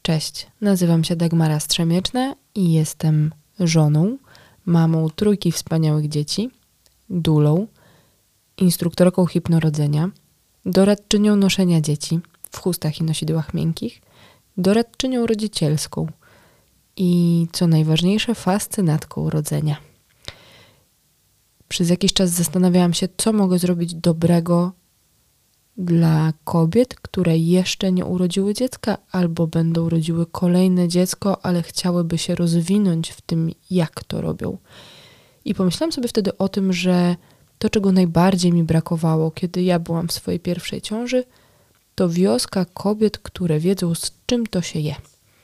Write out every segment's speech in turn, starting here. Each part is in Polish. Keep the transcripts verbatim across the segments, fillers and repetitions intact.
Cześć, nazywam się Dagmara Strzemieczna i jestem żoną, mamą trójki wspaniałych dzieci, dulą, instruktorką hipnorodzenia, doradczynią noszenia dzieci w chustach i nosidłach miękkich, doradczynią rodzicielską i, co najważniejsze, fascynatką rodzenia. Przez jakiś czas zastanawiałam się, co mogę zrobić dobrego dla kobiet, które jeszcze nie urodziły dziecka albo będą urodziły kolejne dziecko, ale chciałyby się rozwinąć w tym, jak to robią. I pomyślałam sobie wtedy o tym, że to, czego najbardziej mi brakowało, kiedy ja byłam w swojej pierwszej ciąży, to wioska kobiet, które wiedzą, z czym to się je.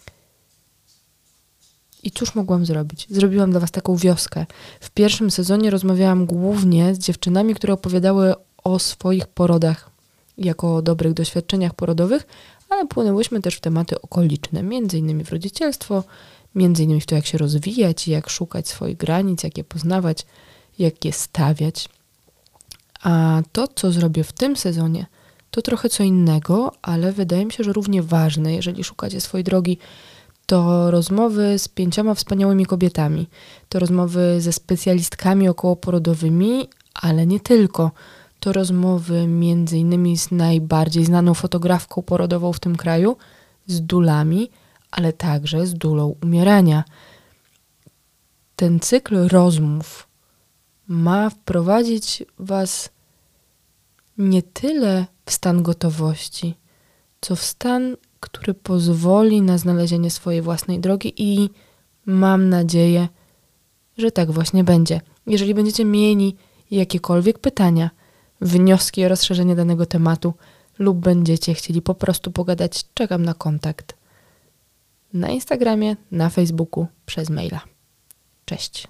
I cóż mogłam zrobić? Zrobiłam dla was taką wioskę. W pierwszym sezonie rozmawiałam głównie z dziewczynami, które opowiadały o swoich porodach jako o dobrych doświadczeniach porodowych, ale płynęłyśmy też w tematy okoliczne, między innymi w rodzicielstwo, między innymi w to, jak się rozwijać, jak szukać swoich granic, jak je poznawać, jak je stawiać. A to, co zrobię w tym sezonie, to trochę co innego, ale wydaje mi się, że równie ważne, jeżeli szukacie swojej drogi, to rozmowy z pięcioma wspaniałymi kobietami, to rozmowy ze specjalistkami okołoporodowymi, ale nie tylko. To rozmowy między innymi z najbardziej znaną fotografką porodową w tym kraju, z dulami, ale także z dulą umierania. Ten cykl rozmów ma wprowadzić was nie tyle w stan gotowości, co w stan, który pozwoli na znalezienie swojej własnej drogi i mam nadzieję, że tak właśnie będzie. Jeżeli będziecie mieli jakiekolwiek pytania, wnioski o rozszerzenie danego tematu lub będziecie chcieli po prostu pogadać, czekam na kontakt na Instagramie, na Facebooku, przez maila. Cześć.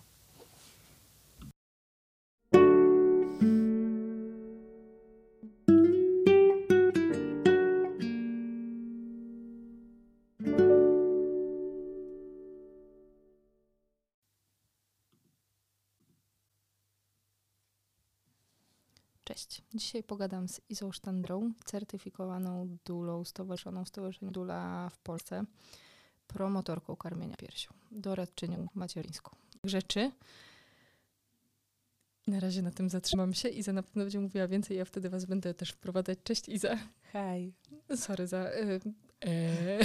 Cześć. Dzisiaj pogadam z Izą Sztandrą, certyfikowaną dulą, stowarzyszoną Stowarzyszeniem Dula w Polsce, promotorką karmienia piersią, doradczynią macierzyńską. Rzeczy. Na razie na tym zatrzymam się. Iza na pewno będzie mówiła więcej, ja wtedy was będę też wprowadzać. Cześć, Iza. Hej. Sorry za... Y, e.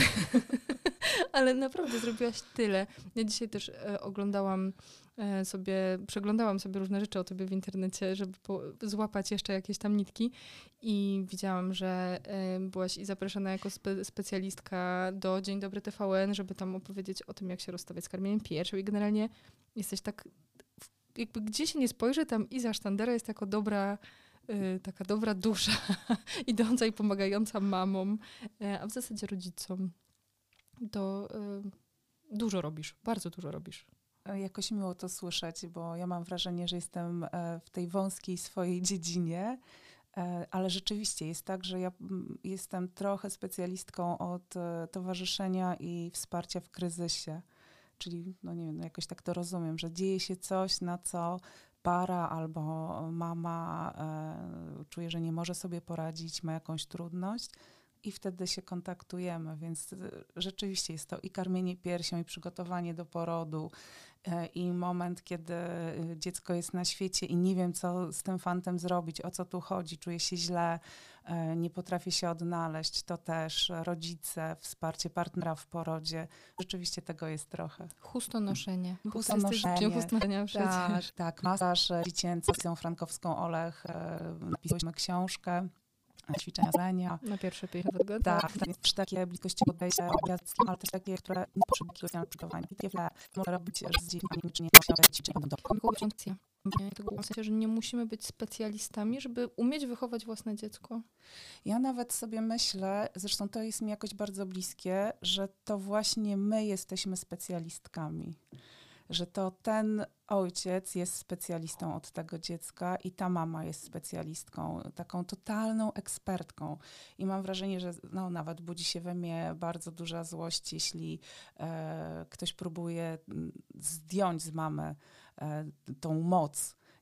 Ale naprawdę zrobiłaś tyle. Ja dzisiaj też e, oglądałam e, sobie, przeglądałam sobie różne rzeczy o tobie w internecie, żeby po, złapać jeszcze jakieś tam nitki i widziałam, że e, byłaś i zapraszana jako spe, specjalistka do Dzień Dobry T V N, żeby tam opowiedzieć o tym, jak się rozstawiać z karmieniem piersią i generalnie jesteś tak, jakby gdzie się nie spojrzy, tam Iza Sztandera jest jako dobra y, taka dobra dusza idąca i pomagająca mamom, y, a w zasadzie rodzicom. To y, dużo robisz, bardzo dużo robisz. Jakoś miło to słyszeć, bo ja mam wrażenie, że jestem w tej wąskiej swojej dziedzinie, ale rzeczywiście jest tak, że ja jestem trochę specjalistką od towarzyszenia i wsparcia w kryzysie. Czyli, no nie wiem, no jakoś tak to rozumiem, że dzieje się coś, na co para albo mama e, czuje, że nie może sobie poradzić, ma jakąś trudność. I wtedy się kontaktujemy, więc rzeczywiście jest to i karmienie piersią, i przygotowanie do porodu, i moment, kiedy dziecko jest na świecie i nie wiem, co z tym fantem zrobić, o co tu chodzi, czuję się źle, nie potrafię się odnaleźć, to też rodzice, wsparcie partnera w porodzie. Rzeczywiście tego jest trochę. Chustonoszenie. Chustonoszenie. Chustonoszenie tak, tak. Masaż dziecięcy z Izą Frankowską Olech napisałyśmy książkę. Ćwiczenia zlenia. Na pierwsze pięćdziesiąt godzin. Tak, tak, też takie bliskości podejścia obiadzkim, ale też takie, które nie potrzebują jakiegoś przygotowania. Wiele można robić z dziećmi, czy nie ćwiczenia do W sensie, że nie musimy być specjalistami, żeby umieć wychować własne dziecko. Ja nawet sobie myślę, zresztą to jest mi jakoś bardzo bliskie, że to właśnie my jesteśmy specjalistkami. Że to ten ojciec jest specjalistą od tego dziecka i ta mama jest specjalistką, taką totalną ekspertką. I mam wrażenie, że no, nawet budzi się we mnie bardzo duża złość, jeśli e, ktoś próbuje zdjąć z mamy e, tą moc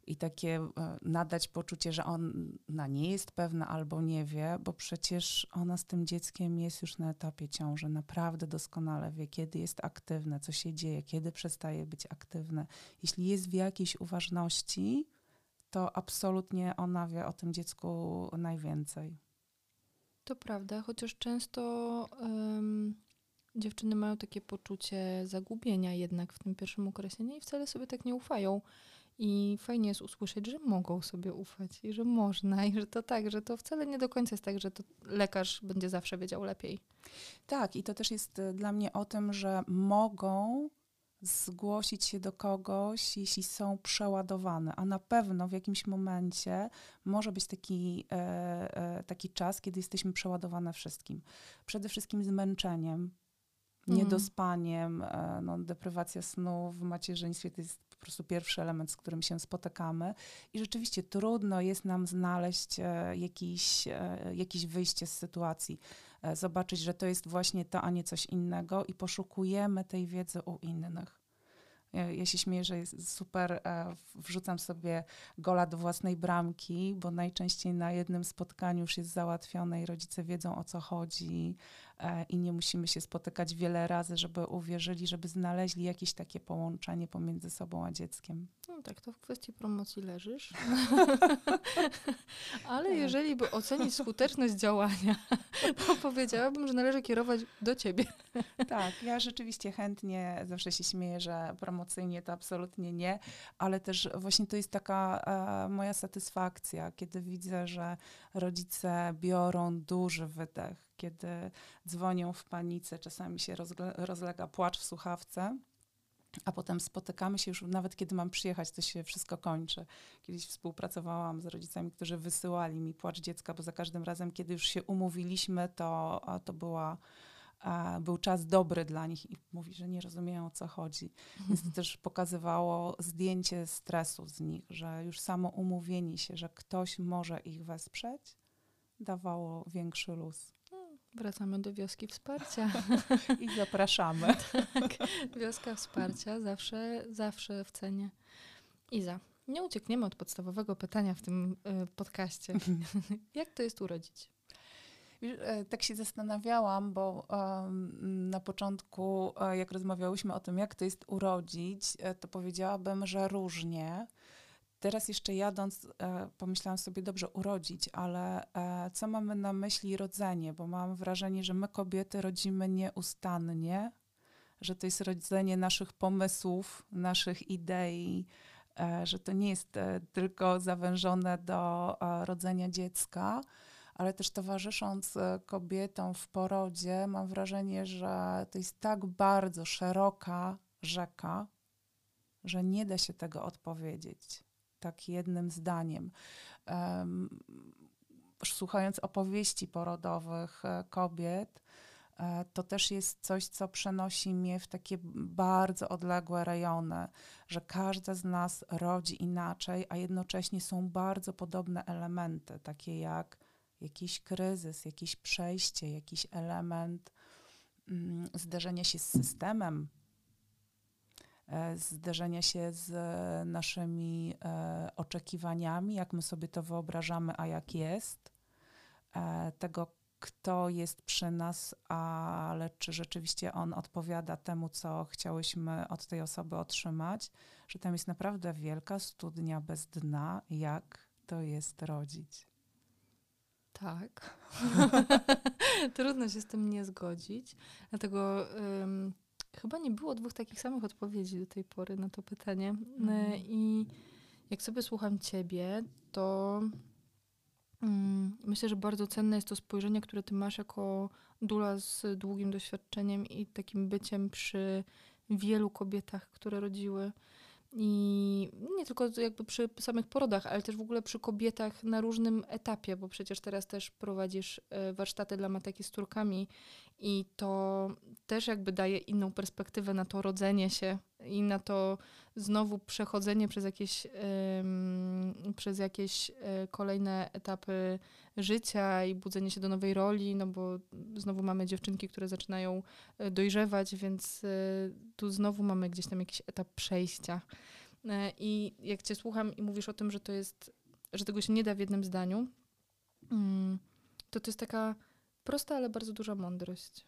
i takie e, nadać poczucie, że ona nie jest pewna albo nie wie, bo przecież ona z tym dzieckiem jest już na etapie ciąży, naprawdę doskonale wie, kiedy jest aktywne, co się dzieje, kiedy przestaje być aktywne. Jeśli jest w jakiejś uważności, to absolutnie ona wie o tym dziecku najwięcej. To prawda, chociaż często um, dziewczyny mają takie poczucie zagubienia jednak w tym pierwszym okresie, nie? I wcale sobie tak nie ufają. I fajnie jest usłyszeć, że mogą sobie ufać i że można i że to tak, że to wcale nie do końca jest tak, że to lekarz będzie zawsze wiedział lepiej. Tak, i to też jest dla mnie o tym, że mogą zgłosić się do kogoś, jeśli są przeładowane, a na pewno w jakimś momencie może być taki, e, e, taki czas, kiedy jesteśmy przeładowane wszystkim. Przede wszystkim zmęczeniem, niedospaniem, e, no, deprywacja snu w macierzyństwie to jest po prostu pierwszy element, z którym się spotykamy i rzeczywiście trudno jest nam znaleźć e, jakiś, e, jakieś wyjście z sytuacji, e, zobaczyć, że to jest właśnie to, a nie coś innego i poszukujemy tej wiedzy u innych. Ja, ja się śmieję, że jest super, e, wrzucam sobie gola do własnej bramki, bo najczęściej na jednym spotkaniu już jest załatwione i rodzice wiedzą, o co chodzi e, i nie musimy się spotykać wiele razy, żeby uwierzyli, żeby znaleźli jakieś takie połączenie pomiędzy sobą a dzieckiem. No tak, to w kwestii promocji leżysz. Ale jeżeli by ocenić skuteczność działania, to powiedziałabym, że należy kierować do ciebie. Tak, ja rzeczywiście chętnie zawsze się śmieję, że promocyjnie to absolutnie nie, ale też właśnie to jest taka e, moja satysfakcja, kiedy widzę, że rodzice biorą duży wydech, kiedy dzwonią w panice, czasami się rozle- rozlega płacz w słuchawce. A potem spotykamy się już, nawet kiedy mam przyjechać, to się wszystko kończy. Kiedyś współpracowałam z rodzicami, którzy wysyłali mi płacz dziecka, bo za każdym razem, kiedy już się umówiliśmy, to, to była, był czas dobry dla nich i mówi, że nie rozumieją, o co chodzi. Więc to też pokazywało zdjęcie stresu z nich, że już samo umówienie się, że ktoś może ich wesprzeć, dawało większy luz. Wracamy do wioski wsparcia. I zapraszamy. Tak, wioska wsparcia zawsze, zawsze w cenie. Iza, nie uciekniemy od podstawowego pytania w tym y, podcaście. Jak to jest urodzić? Tak się zastanawiałam, bo um, na początku, jak rozmawiałyśmy o tym, jak to jest urodzić, to powiedziałabym, że różnie. Teraz jeszcze jadąc, e, pomyślałam sobie, dobrze, urodzić, ale e, co mamy na myśli rodzenie? Bo mam wrażenie, że my kobiety rodzimy nieustannie, że to jest rodzenie naszych pomysłów, naszych idei, e, że to nie jest e, tylko zawężone do e, rodzenia dziecka, ale też towarzysząc e, kobietom w porodzie, mam wrażenie, że to jest tak bardzo szeroka rzeka, że nie da się tego odpowiedzieć. Tak jednym zdaniem. Um, słuchając opowieści porodowych e, kobiet, e, to też jest coś, co przenosi mnie w takie bardzo odległe rejony, że każda z nas rodzi inaczej, a jednocześnie są bardzo podobne elementy, takie jak jakiś kryzys, jakieś przejście, jakiś element mm, zderzenia się z systemem, zderzenia się z naszymi e, oczekiwaniami, jak my sobie to wyobrażamy, a jak jest, e, tego, kto jest przy nas, ale czy rzeczywiście on odpowiada temu, co chciałyśmy od tej osoby otrzymać, że tam jest naprawdę wielka studnia bez dna, jak to jest rodzić. Tak. Trudno się z tym nie zgodzić, dlatego... Um, Chyba nie było dwóch takich samych odpowiedzi do tej pory na to pytanie. Mm. I jak sobie słucham ciebie, to um, myślę, że bardzo cenne jest to spojrzenie, które ty masz jako dula z długim doświadczeniem i takim byciem przy wielu kobietach, które rodziły. I nie tylko jakby przy samych porodach, ale też w ogóle przy kobietach na różnym etapie, bo przecież teraz też prowadzisz warsztaty dla matek z córkami i to też jakby daje inną perspektywę na to rodzenie się i na to znowu przechodzenie przez jakieś, um, przez jakieś kolejne etapy życia i budzenie się do nowej roli, no bo znowu mamy dziewczynki, które zaczynają dojrzewać, więc tu znowu mamy gdzieś tam jakiś etap przejścia. I jak cię słucham i mówisz o tym, że to jest, że tego się nie da w jednym zdaniu, to to jest taka prosta, ale bardzo duża mądrość.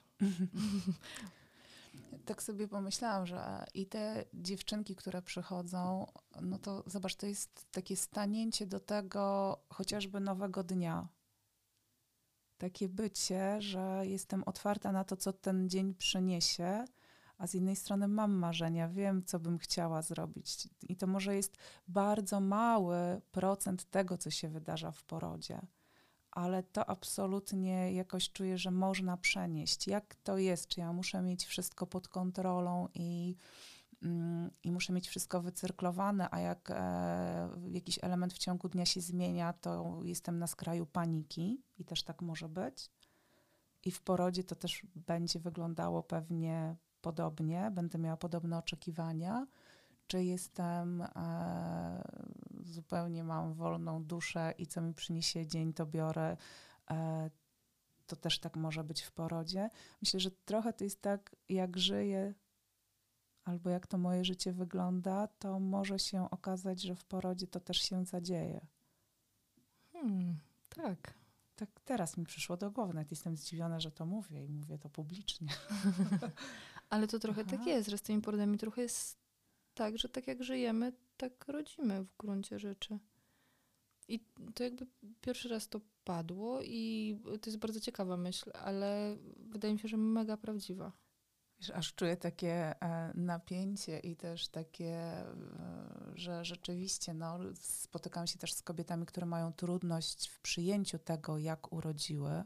Tak sobie pomyślałam, że i te dziewczynki, które przychodzą, no to zobacz, to jest takie stanięcie do tego chociażby nowego dnia. Takie bycie, że jestem otwarta na to, co ten dzień przyniesie, a z jednej strony mam marzenia, wiem, co bym chciała zrobić. I to może jest bardzo mały procent tego, co się wydarza w porodzie. Ale to absolutnie jakoś czuję, że można przenieść. Jak to jest? Czy ja muszę mieć wszystko pod kontrolą i, mm, i muszę mieć wszystko wycyrklowane, a jak e, jakiś element w ciągu dnia się zmienia, to jestem na skraju paniki i też tak może być. I w porodzie to też będzie wyglądało pewnie podobnie, będę miała podobne oczekiwania. Czy jestem, e, zupełnie mam wolną duszę i co mi przyniesie dzień, to biorę. E, to też tak może być w porodzie. Myślę, że trochę to jest tak, jak żyję albo jak to moje życie wygląda, to może się okazać, że w porodzie to też się zadzieje. Hmm, tak. Tak teraz mi przyszło do głowy. Nawet jestem zdziwiona, że to mówię i mówię to publicznie. Ale to trochę Aha. tak jest, że z tymi porodami trochę jest tak, że tak jak żyjemy, tak rodzimy w gruncie rzeczy. I to jakby pierwszy raz to padło i to jest bardzo ciekawa myśl, ale wydaje mi się, że mega prawdziwa. Wiesz, aż czuję takie e, napięcie i też takie, e, że rzeczywiście no, spotykam się też z kobietami, które mają trudność w przyjęciu tego, jak urodziły.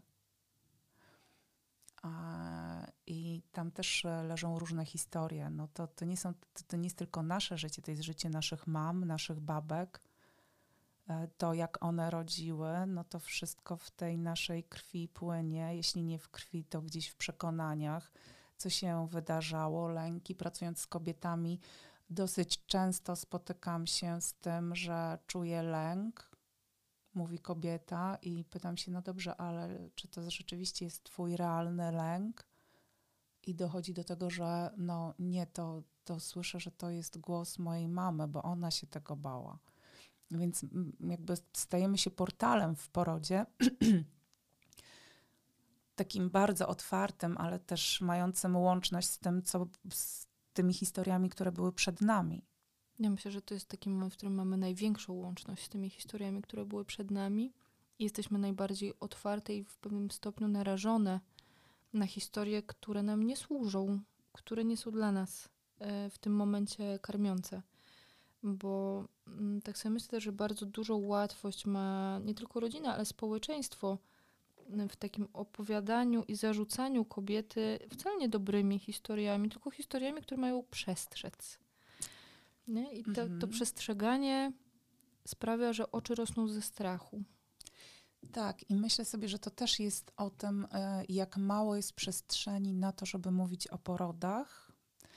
A, I tam też leżą różne historie. No to, to, nie są, to, to nie jest tylko nasze życie, to jest życie naszych mam, naszych babek. E, to, jak one rodziły, no to wszystko w tej naszej krwi płynie. Jeśli nie w krwi, to gdzieś w przekonaniach, co się wydarzało, lęki. Pracując z kobietami, dosyć często spotykam się z tym, że czuję lęk, mówi kobieta i pytam się, no dobrze, ale czy to rzeczywiście jest twój realny lęk? I dochodzi do tego, że no nie, to, to słyszę, że to jest głos mojej mamy, bo ona się tego bała. Więc jakby stajemy się portalem w porodzie, takim bardzo otwartym, ale też mającym łączność z tym, co, z tymi historiami, które były przed nami. Ja myślę, że to jest taki moment, w którym mamy największą łączność z tymi historiami, które były przed nami i jesteśmy najbardziej otwarte i w pewnym stopniu narażone na historie, które nam nie służą, które nie są dla nas w tym momencie karmiące. Bo tak sobie myślę, że bardzo dużą łatwość ma nie tylko rodzina, ale społeczeństwo w takim opowiadaniu i zarzucaniu kobiety wcale nie dobrymi historiami, tylko historiami, które mają przestrzec. Nie? I to, Mhm. to przestrzeganie sprawia, że oczy rosną ze strachu. Tak, i myślę sobie, że to też jest o tym, jak mało jest przestrzeni na to, żeby mówić o porodach.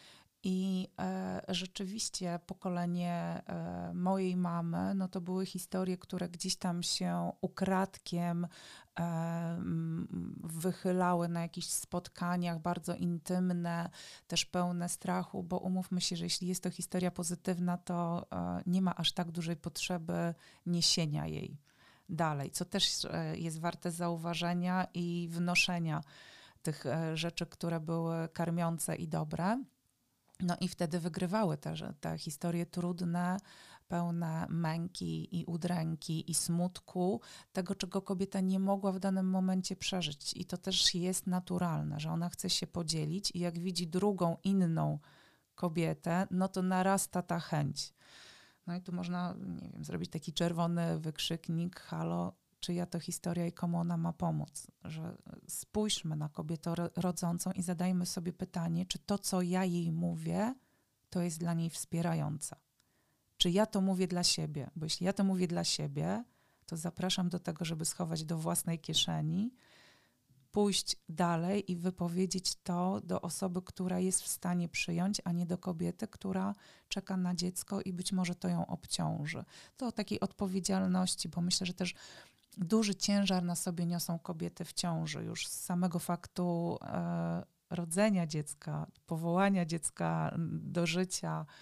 I e, rzeczywiście pokolenie e, mojej mamy, no to były historie, które gdzieś tam się ukradkiem e, wychylały na jakichś spotkaniach bardzo intymne, też pełne strachu, bo umówmy się, że jeśli jest to historia pozytywna, to e, nie ma aż tak dużej potrzeby niesienia jej dalej, co też e, jest warte zauważenia i wnoszenia tych e, rzeczy, które były karmiące i dobre. No i wtedy wygrywały te, te historie trudne, pełne męki i udręki i smutku, tego, czego kobieta nie mogła w danym momencie przeżyć. I to też jest naturalne, że ona chce się podzielić i jak widzi drugą, inną kobietę, no to narasta ta chęć. No i tu można, nie wiem, zrobić taki czerwony wykrzyknik, halo, czyja to historia i komu ona ma pomóc. Że spójrzmy na kobietę rodzącą i zadajmy sobie pytanie, czy to, co ja jej mówię, to jest dla niej wspierające. Czy ja to mówię dla siebie? Bo jeśli ja to mówię dla siebie, to zapraszam do tego, żeby schować do własnej kieszeni, pójść dalej i wypowiedzieć to do osoby, która jest w stanie przyjąć, a nie do kobiety, która czeka na dziecko i być może to ją obciąży. To o takiej odpowiedzialności, bo myślę, że też duży ciężar na sobie niosą kobiety w ciąży. Już z samego faktu e, rodzenia dziecka, powołania dziecka do życia,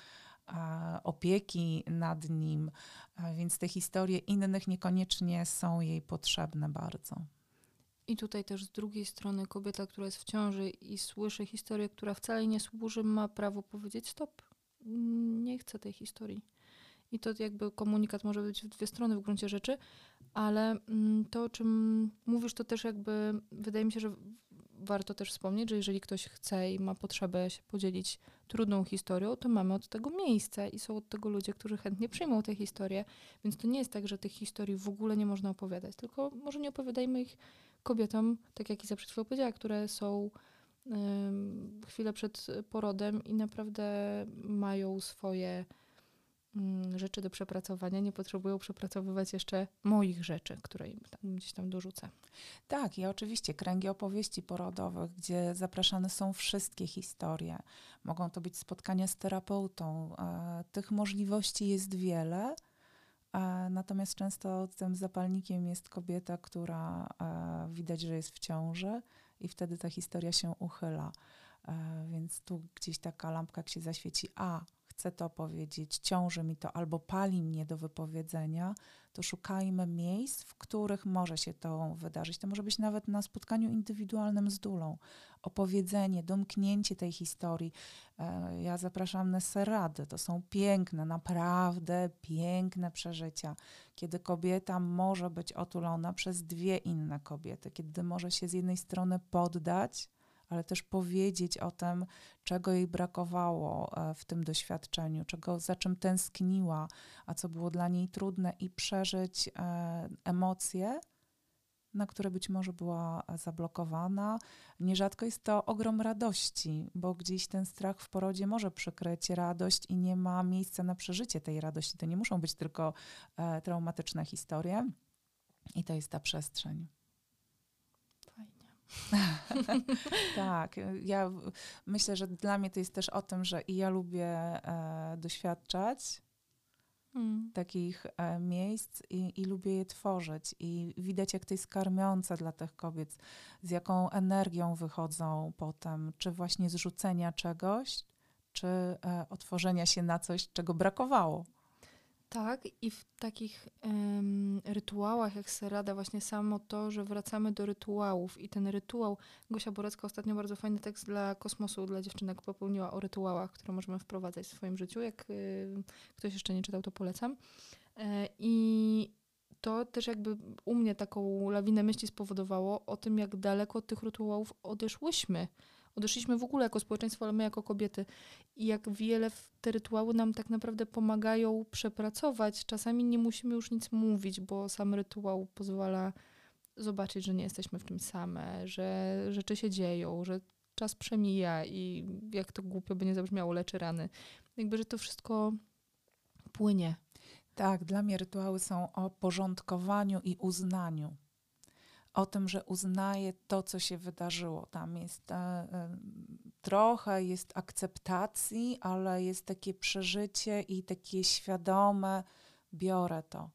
opieki nad nim, więc te historie innych niekoniecznie są jej potrzebne bardzo. I tutaj też z drugiej strony kobieta, która jest w ciąży i słyszy historię, która wcale nie służy, ma prawo powiedzieć stop. Nie chcę tej historii. I to jakby komunikat może być w dwie strony w gruncie rzeczy, ale to, o czym mówisz, to też jakby wydaje mi się, że warto też wspomnieć, że jeżeli ktoś chce i ma potrzebę się podzielić trudną historią, to mamy od tego miejsce i są od tego ludzie, którzy chętnie przyjmą tę historię. Więc to nie jest tak, że tych historii w ogóle nie można opowiadać, tylko może nie opowiadajmy ich kobietom, tak jak Iza przed chwilą powiedziała, które są um, chwilę przed porodem i naprawdę mają swoje um, rzeczy do przepracowania, nie potrzebują przepracowywać jeszcze moich rzeczy, które im tam, gdzieś tam dorzucę. Tak, i oczywiście kręgi opowieści porodowych, gdzie zapraszane są wszystkie historie. Mogą to być spotkania z terapeutą. E, tych możliwości jest wiele. Natomiast często tym zapalnikiem jest kobieta, która e, widać, że jest w ciąży i wtedy ta historia się uchyla. E, więc tu gdzieś taka lampka jak się zaświeci, a chcę to powiedzieć, ciąży mi to albo pali mnie do wypowiedzenia, to szukajmy miejsc, w których może się to wydarzyć. To może być nawet na spotkaniu indywidualnym z dulą. Opowiedzenie, domknięcie tej historii. E, ja zapraszam na serady. To są piękne, naprawdę piękne przeżycia. Kiedy kobieta może być otulona przez dwie inne kobiety. Kiedy może się z jednej strony poddać, ale też powiedzieć o tym, czego jej brakowało w tym doświadczeniu, czego, za czym tęskniła, a co było dla niej trudne i przeżyć e, emocje, na które być może była zablokowana. Nierzadko jest to ogrom radości, bo gdzieś ten strach w porodzie może przykryć radość i nie ma miejsca na przeżycie tej radości. To nie muszą być tylko e, traumatyczne historie i to jest ta przestrzeń. Tak, ja myślę, że dla mnie to jest też o tym, że i ja lubię e, doświadczać hmm. takich e, miejsc i, i lubię je tworzyć i widać, jak to jest karmiące dla tych kobiet, z jaką energią wychodzą potem, czy właśnie zrzucenia czegoś, czy e, otworzenia się na coś, czego brakowało. Tak, i w takich um, rytuałach jak serada, właśnie samo to, że wracamy do rytuałów i ten rytuał, Gosia Borecka ostatnio bardzo fajny tekst dla Kosmosu, dla dziewczynek popełniła o rytuałach, które możemy wprowadzać w swoim życiu. Jak y, ktoś jeszcze nie czytał, to polecam. E, I to też jakby u mnie taką lawinę myśli spowodowało o tym, jak daleko od tych rytuałów odeszłyśmy. Odeszliśmy w ogóle jako społeczeństwo, ale my jako kobiety. I jak wiele te rytuały nam tak naprawdę pomagają przepracować. Czasami nie musimy już nic mówić, bo sam rytuał pozwala zobaczyć, że nie jesteśmy w tym same, że rzeczy się dzieją, że czas przemija i jak to głupio by nie zabrzmiało, leczy rany. Jakby, że to wszystko płynie. Tak, dla mnie rytuały są o porządkowaniu i uznaniu. O tym, że uznaję to, co się wydarzyło. Tam jest e, e, trochę jest akceptacji, ale jest takie przeżycie i takie świadome, biorę to.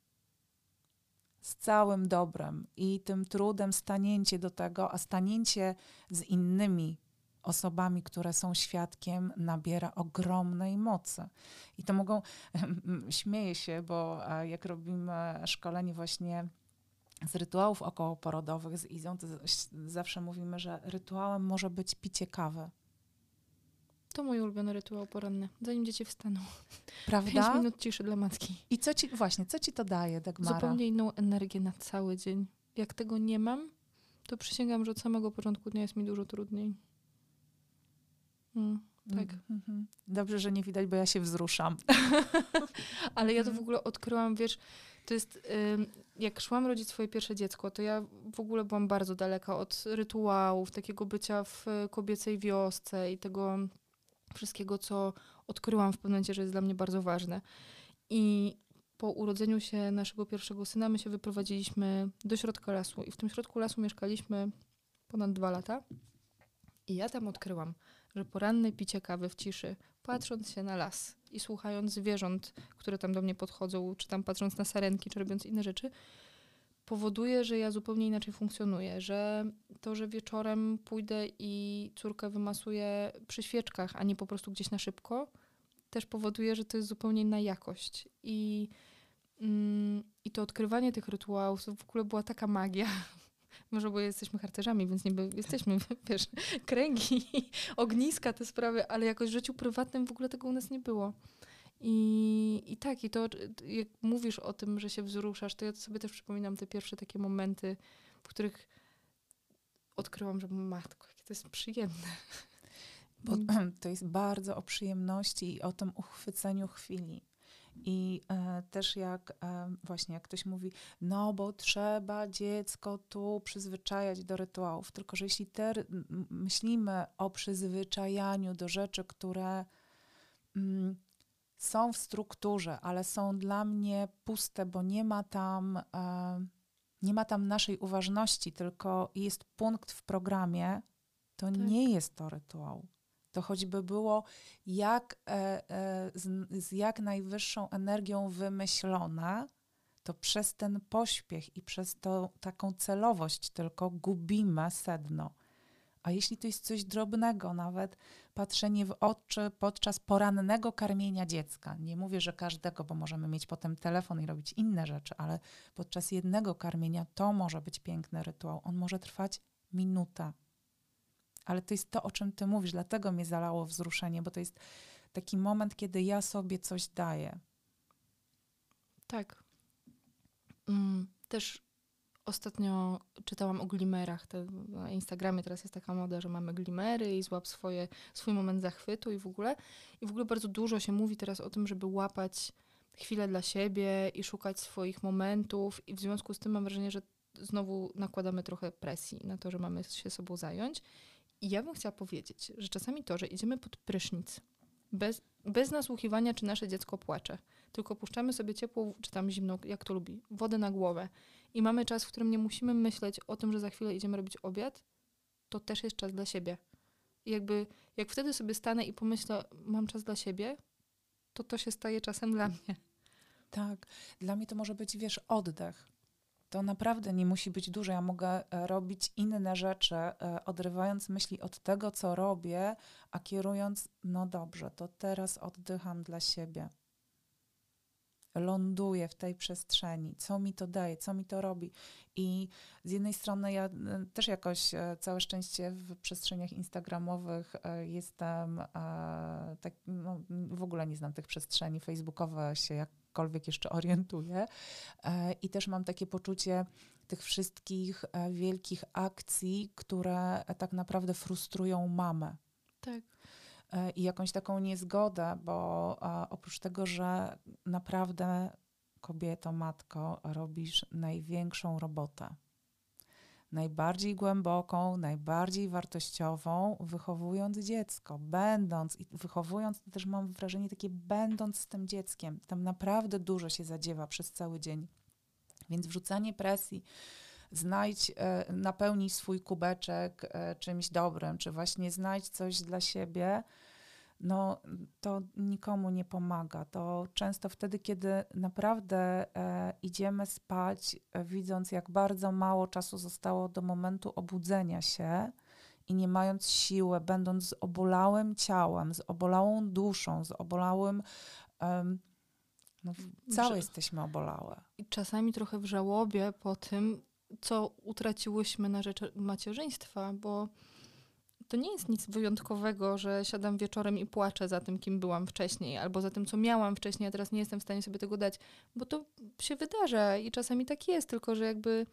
Z całym dobrem i tym trudem stanięcie do tego, a stanięcie z innymi osobami, które są świadkiem, nabiera ogromnej mocy. I to mogą, śmieję się, bo jak robimy szkolenie właśnie z rytuałów okołoporodowych z Izą, to zawsze mówimy, że rytuałem może być picie kawy. To mój ulubiony rytuał poranny, zanim dzieci wstaną. Prawda? Pięć minut ciszy dla matki. I co ci, właśnie, co ci to daje, Dagmara? Zupełnie inną energię na cały dzień. Jak tego nie mam, to przysięgam, że od samego początku dnia jest mi dużo trudniej. Mm, tak. Mm-hmm. Dobrze, że nie widać, bo ja się wzruszam. Ale ja to w ogóle odkryłam, wiesz, to jest, y, jak szłam rodzić swoje pierwsze dziecko, to ja w ogóle byłam bardzo daleka od rytuałów, takiego bycia w kobiecej wiosce i tego wszystkiego, co odkryłam w pewnym momencie, że jest dla mnie bardzo ważne. I po urodzeniu się naszego pierwszego syna my się wyprowadziliśmy do środka lasu i w tym środku lasu mieszkaliśmy ponad dwa lata. I ja tam odkryłam, że poranne picie kawy w ciszy, patrząc się na las i słuchając zwierząt, które tam do mnie podchodzą, czy tam patrząc na sarenki, czy robiąc inne rzeczy, powoduje, że ja zupełnie inaczej funkcjonuję, że to, że wieczorem pójdę i córkę wymasuję przy świeczkach, a nie po prostu gdzieś na szybko, też powoduje, że to jest zupełnie inna jakość. I, mm, i to odkrywanie tych rytuałów to w ogóle była taka magia. Może bo jesteśmy harcerzami, więc niby jesteśmy, wiesz, kręgi, ogniska, te sprawy, ale jakoś w życiu prywatnym w ogóle tego u nas nie było. I, i tak, i to jak mówisz o tym, że się wzruszasz, to ja sobie też przypominam te pierwsze takie momenty, w których odkryłam, że matko, jakie to jest przyjemne. Bo to jest bardzo o przyjemności i o tym uchwyceniu chwili. I e, też jak e, właśnie jak ktoś mówi, no bo trzeba dziecko tu przyzwyczajać do rytuałów. Tylko że jeśli te, myślimy o przyzwyczajaniu do rzeczy, które mm, są w strukturze, ale są dla mnie puste, bo nie ma tam, e, nie ma tam naszej uważności, tylko jest punkt w programie, to tak. Nie jest to rytuał. To choćby było jak, e, e, z, z jak najwyższą energią wymyślone, to przez ten pośpiech i przez to, taką celowość tylko gubimy sedno. A jeśli to jest coś drobnego, nawet patrzenie w oczy podczas porannego karmienia dziecka. Nie mówię, że każdego, bo możemy mieć potem telefon i robić inne rzeczy, ale podczas jednego karmienia to może być piękny rytuał. On może trwać minutę. Ale to jest to, o czym ty mówisz, dlatego mnie zalało wzruszenie, bo to jest taki moment, kiedy ja sobie coś daję. Tak. Mm, też ostatnio czytałam o glimerach. Te, na Instagramie teraz jest taka moda, że mamy glimery i złap swoje, swój moment zachwytu i w ogóle. I w ogóle bardzo dużo się mówi teraz o tym, żeby łapać chwilę dla siebie i szukać swoich momentów. I w związku z tym mam wrażenie, że znowu nakładamy trochę presji na to, że mamy się sobą zająć. I ja bym chciała powiedzieć, że czasami to, że idziemy pod prysznic, bez, bez nasłuchiwania, czy nasze dziecko płacze, tylko puszczamy sobie ciepłą, czy tam zimną, jak to lubi, wodę na głowę i mamy czas, w którym nie musimy myśleć o tym, że za chwilę idziemy robić obiad, to też jest czas dla siebie. I jakby, jak wtedy sobie stanę i pomyślę, mam czas dla siebie, to to się staje czasem dla mnie. Tak, dla mnie to może być, wiesz, oddech. To naprawdę nie musi być dużo. Ja mogę robić inne rzeczy, odrywając myśli od tego, co robię, a kierując, no dobrze, to teraz oddycham dla siebie. Ląduję w tej przestrzeni. Co mi to daje? Co mi to robi? I z jednej strony ja też jakoś, całe szczęście, w przestrzeniach instagramowych jestem, tak, no, w ogóle nie znam tych przestrzeni, facebookowe się jak jakkolwiek jeszcze orientuję. I też mam takie poczucie tych wszystkich wielkich akcji, które tak naprawdę frustrują mamę. Tak. I jakąś taką niezgodę, bo oprócz tego, że naprawdę kobieto, matko, robisz największą robotę. Najbardziej głęboką, najbardziej wartościową, wychowując dziecko, będąc i wychowując, to też mam wrażenie takie, będąc z tym dzieckiem, tam naprawdę dużo się zadziewa przez cały dzień. Więc wrzucanie presji, znajdź, e, napełnij swój kubeczek e, czymś dobrym, czy właśnie znajdź coś dla siebie, no to nikomu nie pomaga. To często wtedy, kiedy naprawdę e, idziemy spać, e, widząc, jak bardzo mało czasu zostało do momentu obudzenia się i nie mając siły, będąc z obolałym ciałem, z obolałą duszą, z obolałym... Um, no, całe jesteśmy obolałe. I czasami trochę w żałobie po tym, co utraciłyśmy na rzecz macierzyństwa, bo to nie jest nic wyjątkowego, że siadam wieczorem i płaczę za tym, kim byłam wcześniej, albo za tym, co miałam wcześniej, a teraz nie jestem w stanie sobie tego dać, bo to się wydarza i czasami tak jest, tylko że jakby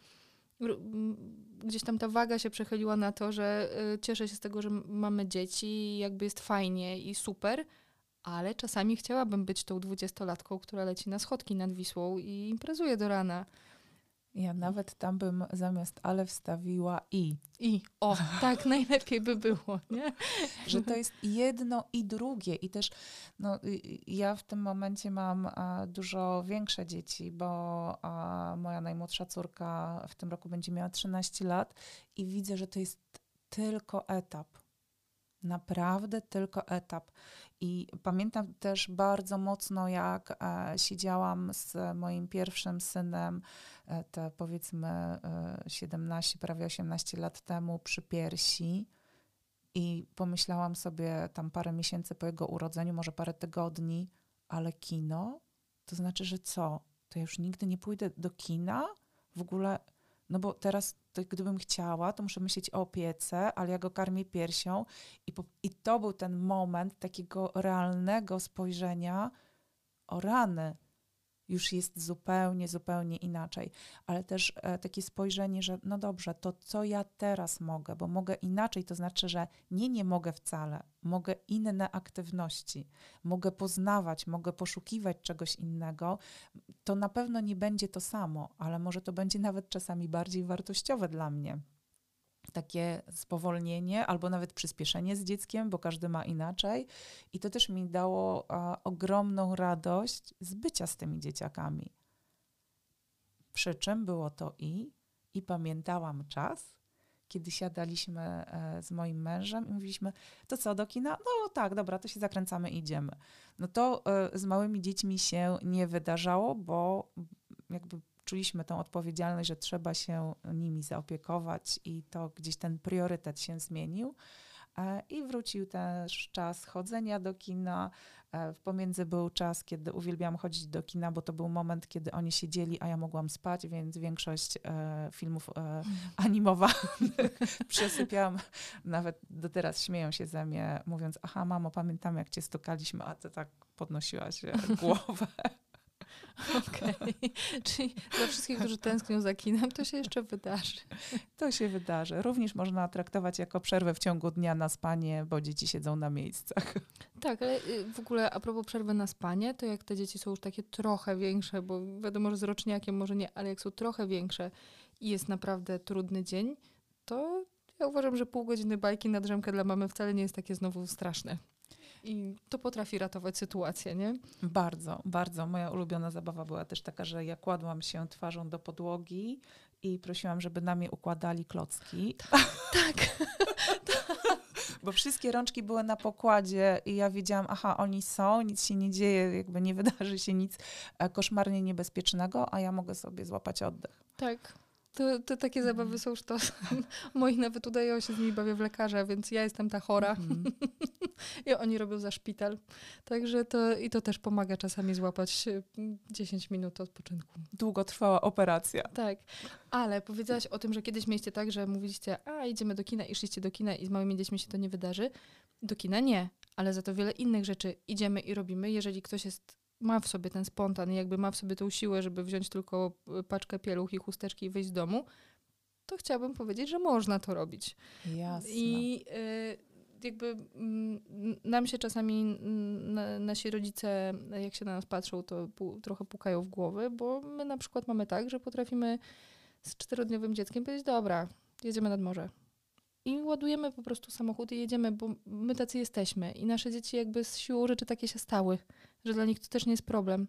gdzieś tam ta waga się przechyliła na to, że cieszę się z tego, że mamy dzieci i jakby jest fajnie i super, ale czasami chciałabym być tą dwudziestolatką, która leci na schodki nad Wisłą i imprezuje do rana. Ja nawet tam bym zamiast ale wstawiła i. I, o, tak najlepiej by było, nie? Że to jest jedno i drugie. I też no, ja w tym momencie mam a, dużo większe dzieci, bo a, moja najmłodsza córka w tym roku będzie miała trzynaście lat i widzę, że to jest tylko etap. Naprawdę tylko etap. I pamiętam też bardzo mocno, jak e, siedziałam z moim pierwszym synem, e, te powiedzmy e, siedemnaście, prawie osiemnaście lat temu przy piersi I pomyślałam sobie tam parę miesięcy po jego urodzeniu, może parę tygodni, ale kino? To znaczy, że co? To ja już nigdy nie pójdę do kina? W ogóle, no bo teraz to gdybym chciała, to muszę myśleć o opiece, ale ja go karmię piersią. I, po, I to był ten moment takiego realnego spojrzenia o rany. Już jest zupełnie, zupełnie inaczej. Ale też e, takie spojrzenie, że no dobrze, to co ja teraz mogę, bo mogę inaczej, to znaczy, że nie, nie mogę wcale. Mogę inne aktywności, mogę poznawać, mogę poszukiwać czegoś innego. To na pewno nie będzie to samo, ale może to będzie nawet czasami bardziej wartościowe dla mnie. Takie spowolnienie albo nawet przyspieszenie z dzieckiem, bo każdy ma inaczej. I to też mi dało a, ogromną radość z bycia z tymi dzieciakami. Przy czym było to i, i pamiętałam czas, kiedy siadaliśmy e, z moim mężem i mówiliśmy, to co, do kina? No tak, dobra, to się zakręcamy i idziemy. No to e, z małymi dziećmi się nie wydarzało, bo jakby czuliśmy tą odpowiedzialność, że trzeba się nimi zaopiekować i to gdzieś ten priorytet się zmienił. I wrócił też czas chodzenia do kina. W pomiędzy był czas, kiedy uwielbiałam chodzić do kina, bo to był moment, kiedy oni siedzieli, a ja mogłam spać, więc większość e, filmów e, animowanych przesypiałam. Nawet do teraz śmieją się ze mnie, mówiąc, aha, mamo, pamiętam, jak cię stukaliśmy, a ty tak podnosiłaś głowę. Okej, okay. Czyli dla wszystkich, którzy tęsknią za kinem, to się jeszcze wydarzy. To się wydarzy. Również można traktować jako przerwę w ciągu dnia na spanie, bo dzieci siedzą na miejscach. Tak, ale w ogóle a propos przerwy na spanie, to jak te dzieci są już takie trochę większe, bo wiadomo, że z roczniakiem może nie, ale jak są trochę większe i jest naprawdę trudny dzień, to ja uważam, że pół godziny bajki na drzemkę dla mamy wcale nie jest takie znowu straszne. I to potrafi ratować sytuację, nie? Bardzo, bardzo. Moja ulubiona zabawa była też taka, że ja kładłam się twarzą do podłogi i prosiłam, żeby na mnie układali klocki. Tak. Bo wszystkie rączki były na pokładzie i ja wiedziałam, aha, oni są, nic się nie dzieje, jakby nie wydarzy się nic koszmarnie niebezpiecznego, a ja mogę sobie złapać oddech. Tak. To, to takie zabawy są sztosem. Moi nawet udają się z nimi bawię w lekarza, więc ja jestem ta chora. Mm. I oni robią za szpital. Także to i to też pomaga czasami złapać dziesięć minut odpoczynku. Długotrwała operacja. Tak, ale powiedziałaś o tym, że kiedyś mieliście tak, że mówiliście, a idziemy do kina i szliście do kina i z małymi dziećmi się to nie wydarzy. Do kina nie, ale za to wiele innych rzeczy idziemy i robimy. Jeżeli ktoś jest ma w sobie ten spontan i jakby ma w sobie tą siłę, żeby wziąć tylko paczkę pieluch i chusteczki i wyjść z domu, to chciałabym powiedzieć, że można to robić. Jasne. I y, jakby y, nam się czasami na, nasi rodzice, jak się na nas patrzą, to pu, trochę pukają w głowy, bo my na przykład mamy tak, że potrafimy z czterodniowym dzieckiem powiedzieć, dobra, jedziemy nad morze. I ładujemy po prostu samochód i jedziemy, bo my tacy jesteśmy. I nasze dzieci jakby z siłą rzeczy takie się stały, że dla nich to też nie jest problem.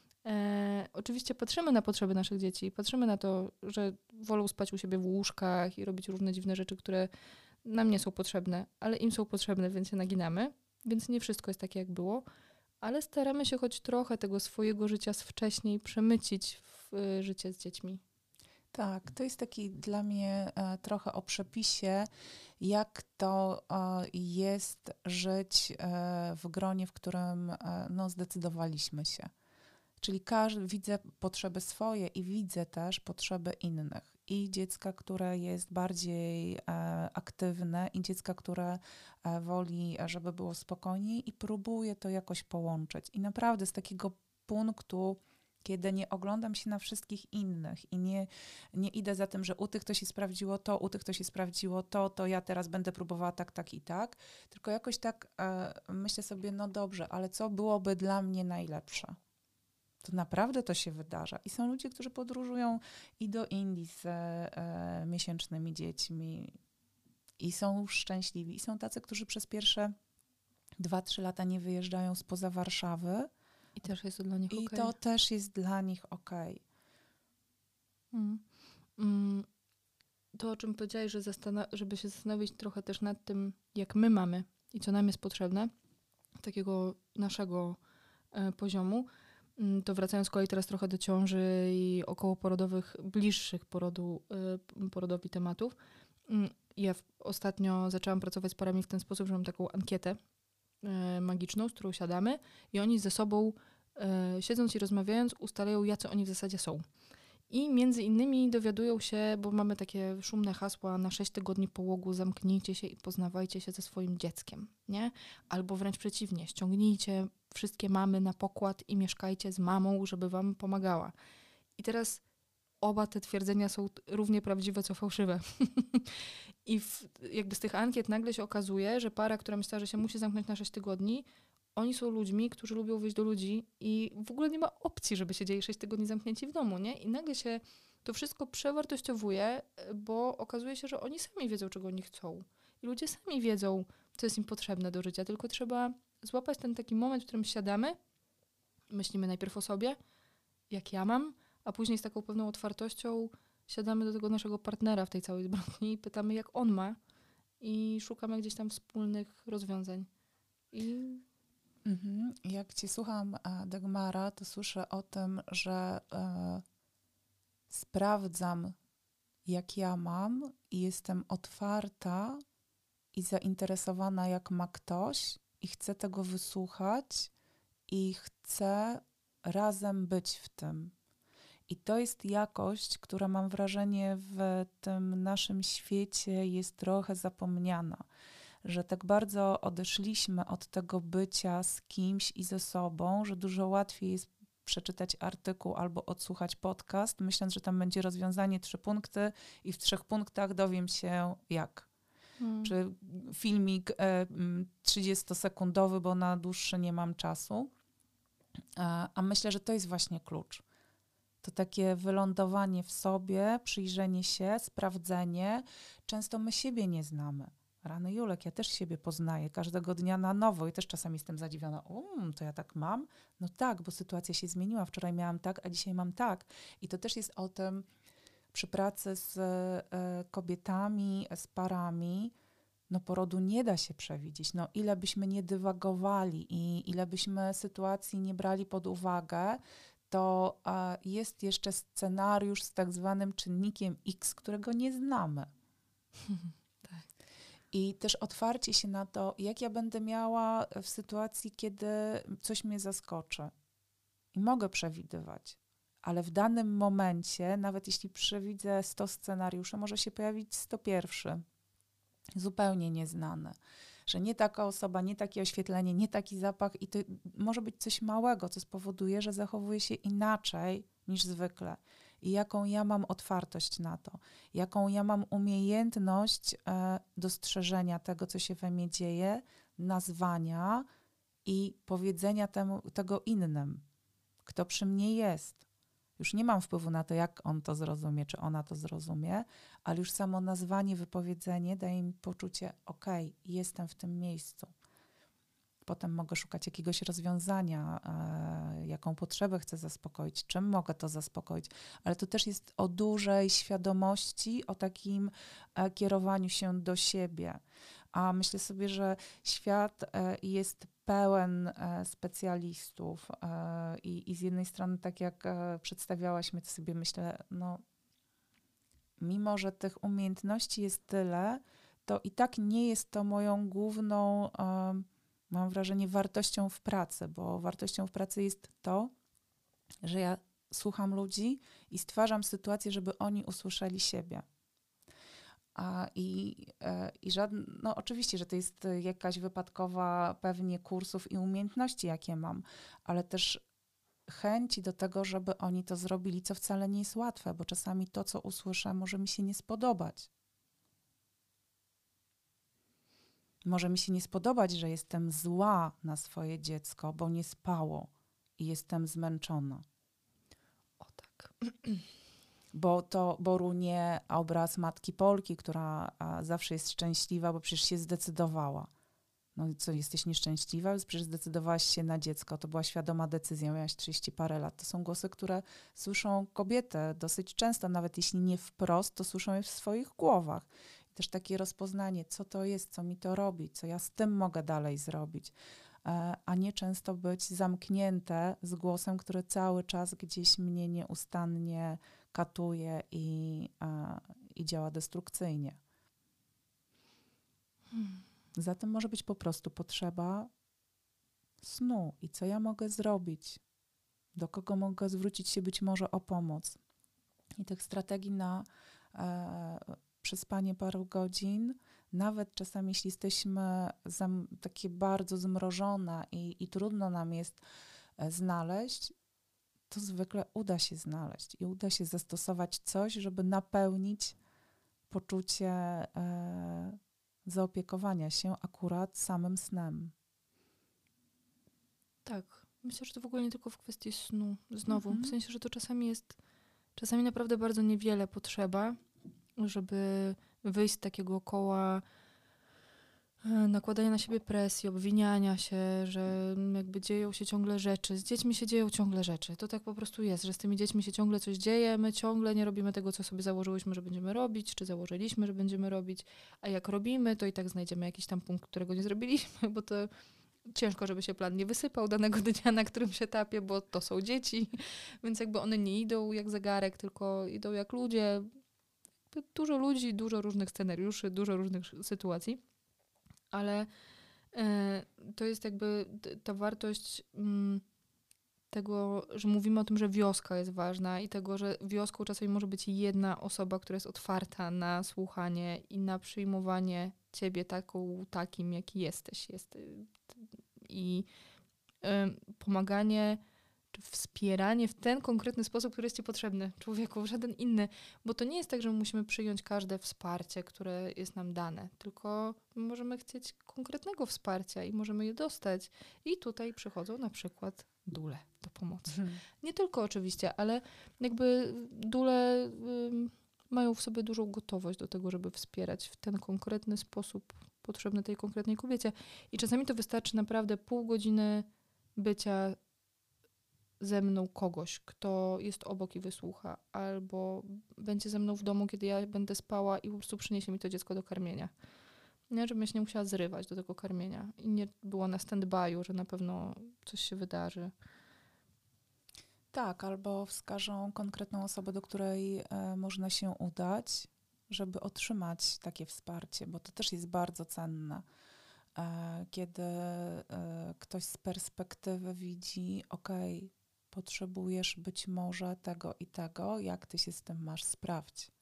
E, oczywiście patrzymy na potrzeby naszych dzieci, patrzymy na to, że wolą spać u siebie w łóżkach i robić różne dziwne rzeczy, które nam nie są potrzebne, ale im są potrzebne, więc się naginamy. Więc nie wszystko jest takie, jak było. Ale staramy się choć trochę tego swojego życia z wcześniej przemycić w y, życie z dziećmi. Tak, to jest taki dla mnie e, trochę o przepisie, jak to e, jest żyć e, w gronie, w którym e, no, zdecydowaliśmy się. Czyli każdy, widzę potrzeby swoje i widzę też potrzeby innych. I dziecka, które jest bardziej e, aktywne, i dziecka, które e, woli, żeby było spokojniej, i próbuję to jakoś połączyć. I naprawdę z takiego punktu, kiedy nie oglądam się na wszystkich innych i nie, nie idę za tym, że u tych to się sprawdziło to, u tych to się sprawdziło to, to ja teraz będę próbowała tak, tak i tak, tylko jakoś tak e, myślę sobie, no dobrze, ale co byłoby dla mnie najlepsze? To naprawdę to się wydarza. I są ludzie, którzy podróżują i do Indii z e, miesięcznymi dziećmi i są szczęśliwi. I są tacy, którzy przez pierwsze dwa, trzy lata nie wyjeżdżają spoza Warszawy. I też jest to dla nich okej. I to też jest dla nich okej. Mm. Mm. To, o czym powiedziałeś, że zastan- żeby się zastanowić trochę też nad tym, jak my mamy i co nam jest potrzebne, takiego naszego e, poziomu, mm, to wracając z kolei teraz trochę do ciąży i okołoporodowych, bliższych porodu, e, porodowi tematów, mm, ja w, ostatnio zaczęłam pracować z parami w ten sposób, że mam taką ankietę e, magiczną, z którą siadamy i oni ze sobą e, siedząc i rozmawiając ustalają, jacy oni w zasadzie są. I między innymi dowiadują się, bo mamy takie szumne hasła na sześć tygodni połogu, zamknijcie się i poznawajcie się ze swoim dzieckiem, nie? Albo wręcz przeciwnie, ściągnijcie wszystkie mamy na pokład i mieszkajcie z mamą, żeby wam pomagała. I teraz oba te twierdzenia są równie prawdziwe, co fałszywe. I w, jakby z tych ankiet nagle się okazuje, że para, która myślała, że się musi zamknąć na sześć tygodni, oni są ludźmi, którzy lubią wyjść do ludzi i w ogóle nie ma opcji, żeby siedzieli sześć tygodni zamknięci w domu, nie? I nagle się to wszystko przewartościowuje, bo okazuje się, że oni sami wiedzą, czego oni chcą. I ludzie sami wiedzą, co jest im potrzebne do życia, tylko trzeba złapać ten taki moment, w którym siadamy, myślimy najpierw o sobie, jak ja mam, a później z taką pewną otwartością siadamy do tego naszego partnera w tej całej zbrodni i pytamy, jak on ma i szukamy gdzieś tam wspólnych rozwiązań. I Mhm. Jak cię słucham, Dagmara, to słyszę o tym, że e, sprawdzam, jak ja mam i jestem otwarta i zainteresowana, jak ma ktoś i chcę tego wysłuchać i chcę razem być w tym. I to jest jakość, która mam wrażenie w tym naszym świecie jest trochę zapomniana. Że tak bardzo odeszliśmy od tego bycia z kimś i ze sobą, że dużo łatwiej jest przeczytać artykuł albo odsłuchać podcast, myśląc, że tam będzie rozwiązanie trzy punkty i w trzech punktach dowiem się jak. Hmm. Czy filmik e, trzydziestosekundowy, bo na dłuższy nie mam czasu. A, a myślę, że to jest właśnie klucz. To takie wylądowanie w sobie, przyjrzenie się, sprawdzenie. Często my siebie nie znamy. Rany Julek, ja też siebie poznaję każdego dnia na nowo i też czasami jestem zadziwiona. Um, to ja tak mam? No tak, bo sytuacja się zmieniła. Wczoraj miałam tak, a dzisiaj mam tak. I to też jest o tym przy pracy z y, kobietami, z parami. No porodu nie da się przewidzieć. No ile byśmy nie dywagowali i ile byśmy sytuacji nie brali pod uwagę, to a, jest jeszcze scenariusz z tak zwanym czynnikiem X, którego nie znamy. Tak. I też otwarcie się na to, jak ja będę miała w sytuacji, kiedy coś mnie zaskoczy. I mogę przewidywać. Ale w danym momencie, nawet jeśli przewidzę sto scenariuszy, może się pojawić sto jeden. Zupełnie nieznany. Że nie taka osoba, nie takie oświetlenie, nie taki zapach i to może być coś małego, co spowoduje, że zachowuje się inaczej niż zwykle. I jaką ja mam otwartość na to, jaką ja mam umiejętność e, dostrzeżenia tego, co się we mnie dzieje, nazwania i powiedzenia temu, tego innym, kto przy mnie jest. Już nie mam wpływu na to, jak on to zrozumie, czy ona to zrozumie, ale już samo nazwanie, wypowiedzenie daje mi poczucie, okej, jestem w tym miejscu. Potem mogę szukać jakiegoś rozwiązania, e, jaką potrzebę chcę zaspokoić, czym mogę to zaspokoić, ale to też jest o dużej świadomości, o takim e, kierowaniu się do siebie. A myślę sobie, że świat e, jest pełen e, specjalistów e, i, i z jednej strony, tak jak e, przedstawiałaś mnie, to sobie myślę, no mimo, że tych umiejętności jest tyle, to i tak nie jest to moją główną e, mam wrażenie, wartością w pracy, bo wartością w pracy jest to, że ja słucham ludzi i stwarzam sytuację, żeby oni usłyszeli siebie. A i, i żadne, no oczywiście, że to jest jakaś wypadkowa pewnie kursów i umiejętności, jakie mam, ale też chęci do tego, żeby oni to zrobili, co wcale nie jest łatwe, bo czasami to, co usłyszę, może mi się nie spodobać. Może mi się nie spodobać, że jestem zła na swoje dziecko, bo nie spało i jestem zmęczona. O tak. Bo to Borunie obraz matki Polki, która zawsze jest szczęśliwa, bo przecież się zdecydowała. No i co, jesteś nieszczęśliwa? Przecież zdecydowałaś się na dziecko. To była świadoma decyzja, miałaś trzydzieści parę lat. To są głosy, które słyszą kobiety dosyć często, nawet jeśli nie wprost, to słyszą je w swoich głowach. I też takie rozpoznanie, co to jest, co mi to robi, co ja z tym mogę dalej zrobić. A nie często być zamknięte z głosem, który cały czas gdzieś mnie nieustannie katuje i, i działa destrukcyjnie. Hmm. Zatem może być po prostu potrzeba snu i co ja mogę zrobić, do kogo mogę zwrócić się być może o pomoc. I tych strategii na e, przespanie paru godzin, nawet czasami jeśli jesteśmy zam, takie bardzo zmrożone i, i trudno nam jest e, znaleźć, to zwykle uda się znaleźć i uda się zastosować coś, żeby napełnić poczucie e, zaopiekowania się akurat samym snem. Tak. Myślę, że to w ogóle nie tylko w kwestii snu. Znowu, Mhm. w sensie, że to czasami jest, czasami naprawdę bardzo niewiele potrzeba, żeby wyjść z takiego koła e, nakładania na siebie presji, obwiniania się, że jakby dzieją się ciągle rzeczy. Z dziećmi się dzieją ciągle rzeczy. To tak po prostu jest, że z tymi dziećmi się ciągle coś dzieje, my ciągle nie robimy tego, co sobie założyłyśmy, że będziemy robić, czy założyliśmy, że będziemy robić, a jak robimy, to i tak znajdziemy jakiś tam punkt, którego nie zrobiliśmy, bo to ciężko, żeby się plan nie wysypał danego dnia na którymś etapie, bo to są dzieci, więc jakby one nie idą jak zegarek, tylko idą jak ludzie. Dużo ludzi, dużo różnych scenariuszy, dużo różnych sytuacji, ale e, to jest jakby t- ta wartość mm, tego, że mówimy o tym, że wioska jest ważna i tego, że wioską czasami może być jedna osoba, która jest otwarta na słuchanie i na przyjmowanie ciebie taką, takim, jaki jesteś. Jest, y, i y, pomaganie czy wspieranie w ten konkretny sposób, który jest ci potrzebny, człowieku, w żaden inny. Bo to nie jest tak, że my musimy przyjąć każde wsparcie, które jest nam dane, tylko my możemy chcieć konkretnego wsparcia i możemy je dostać. I tutaj przychodzą na przykład dule do pomocy. Mhm. Nie tylko oczywiście, ale jakby dule y, mają w sobie dużą gotowość do tego, żeby wspierać w ten konkretny sposób potrzebny tej konkretnej kobiecie. I czasami to wystarczy naprawdę pół godziny bycia ze mną kogoś, kto jest obok i wysłucha, albo będzie ze mną w domu, kiedy ja będę spała i po prostu przyniesie mi to dziecko do karmienia. Nie, żebym się nie musiała zrywać do tego karmienia i nie była na stand-by'u, że na pewno coś się wydarzy. Tak, albo wskażą konkretną osobę, do której e, można się udać, żeby otrzymać takie wsparcie, bo to też jest bardzo cenne. E, kiedy e, ktoś z perspektywy widzi, okej, potrzebujesz być może tego i tego, jak ty się z tym masz, sprawdź.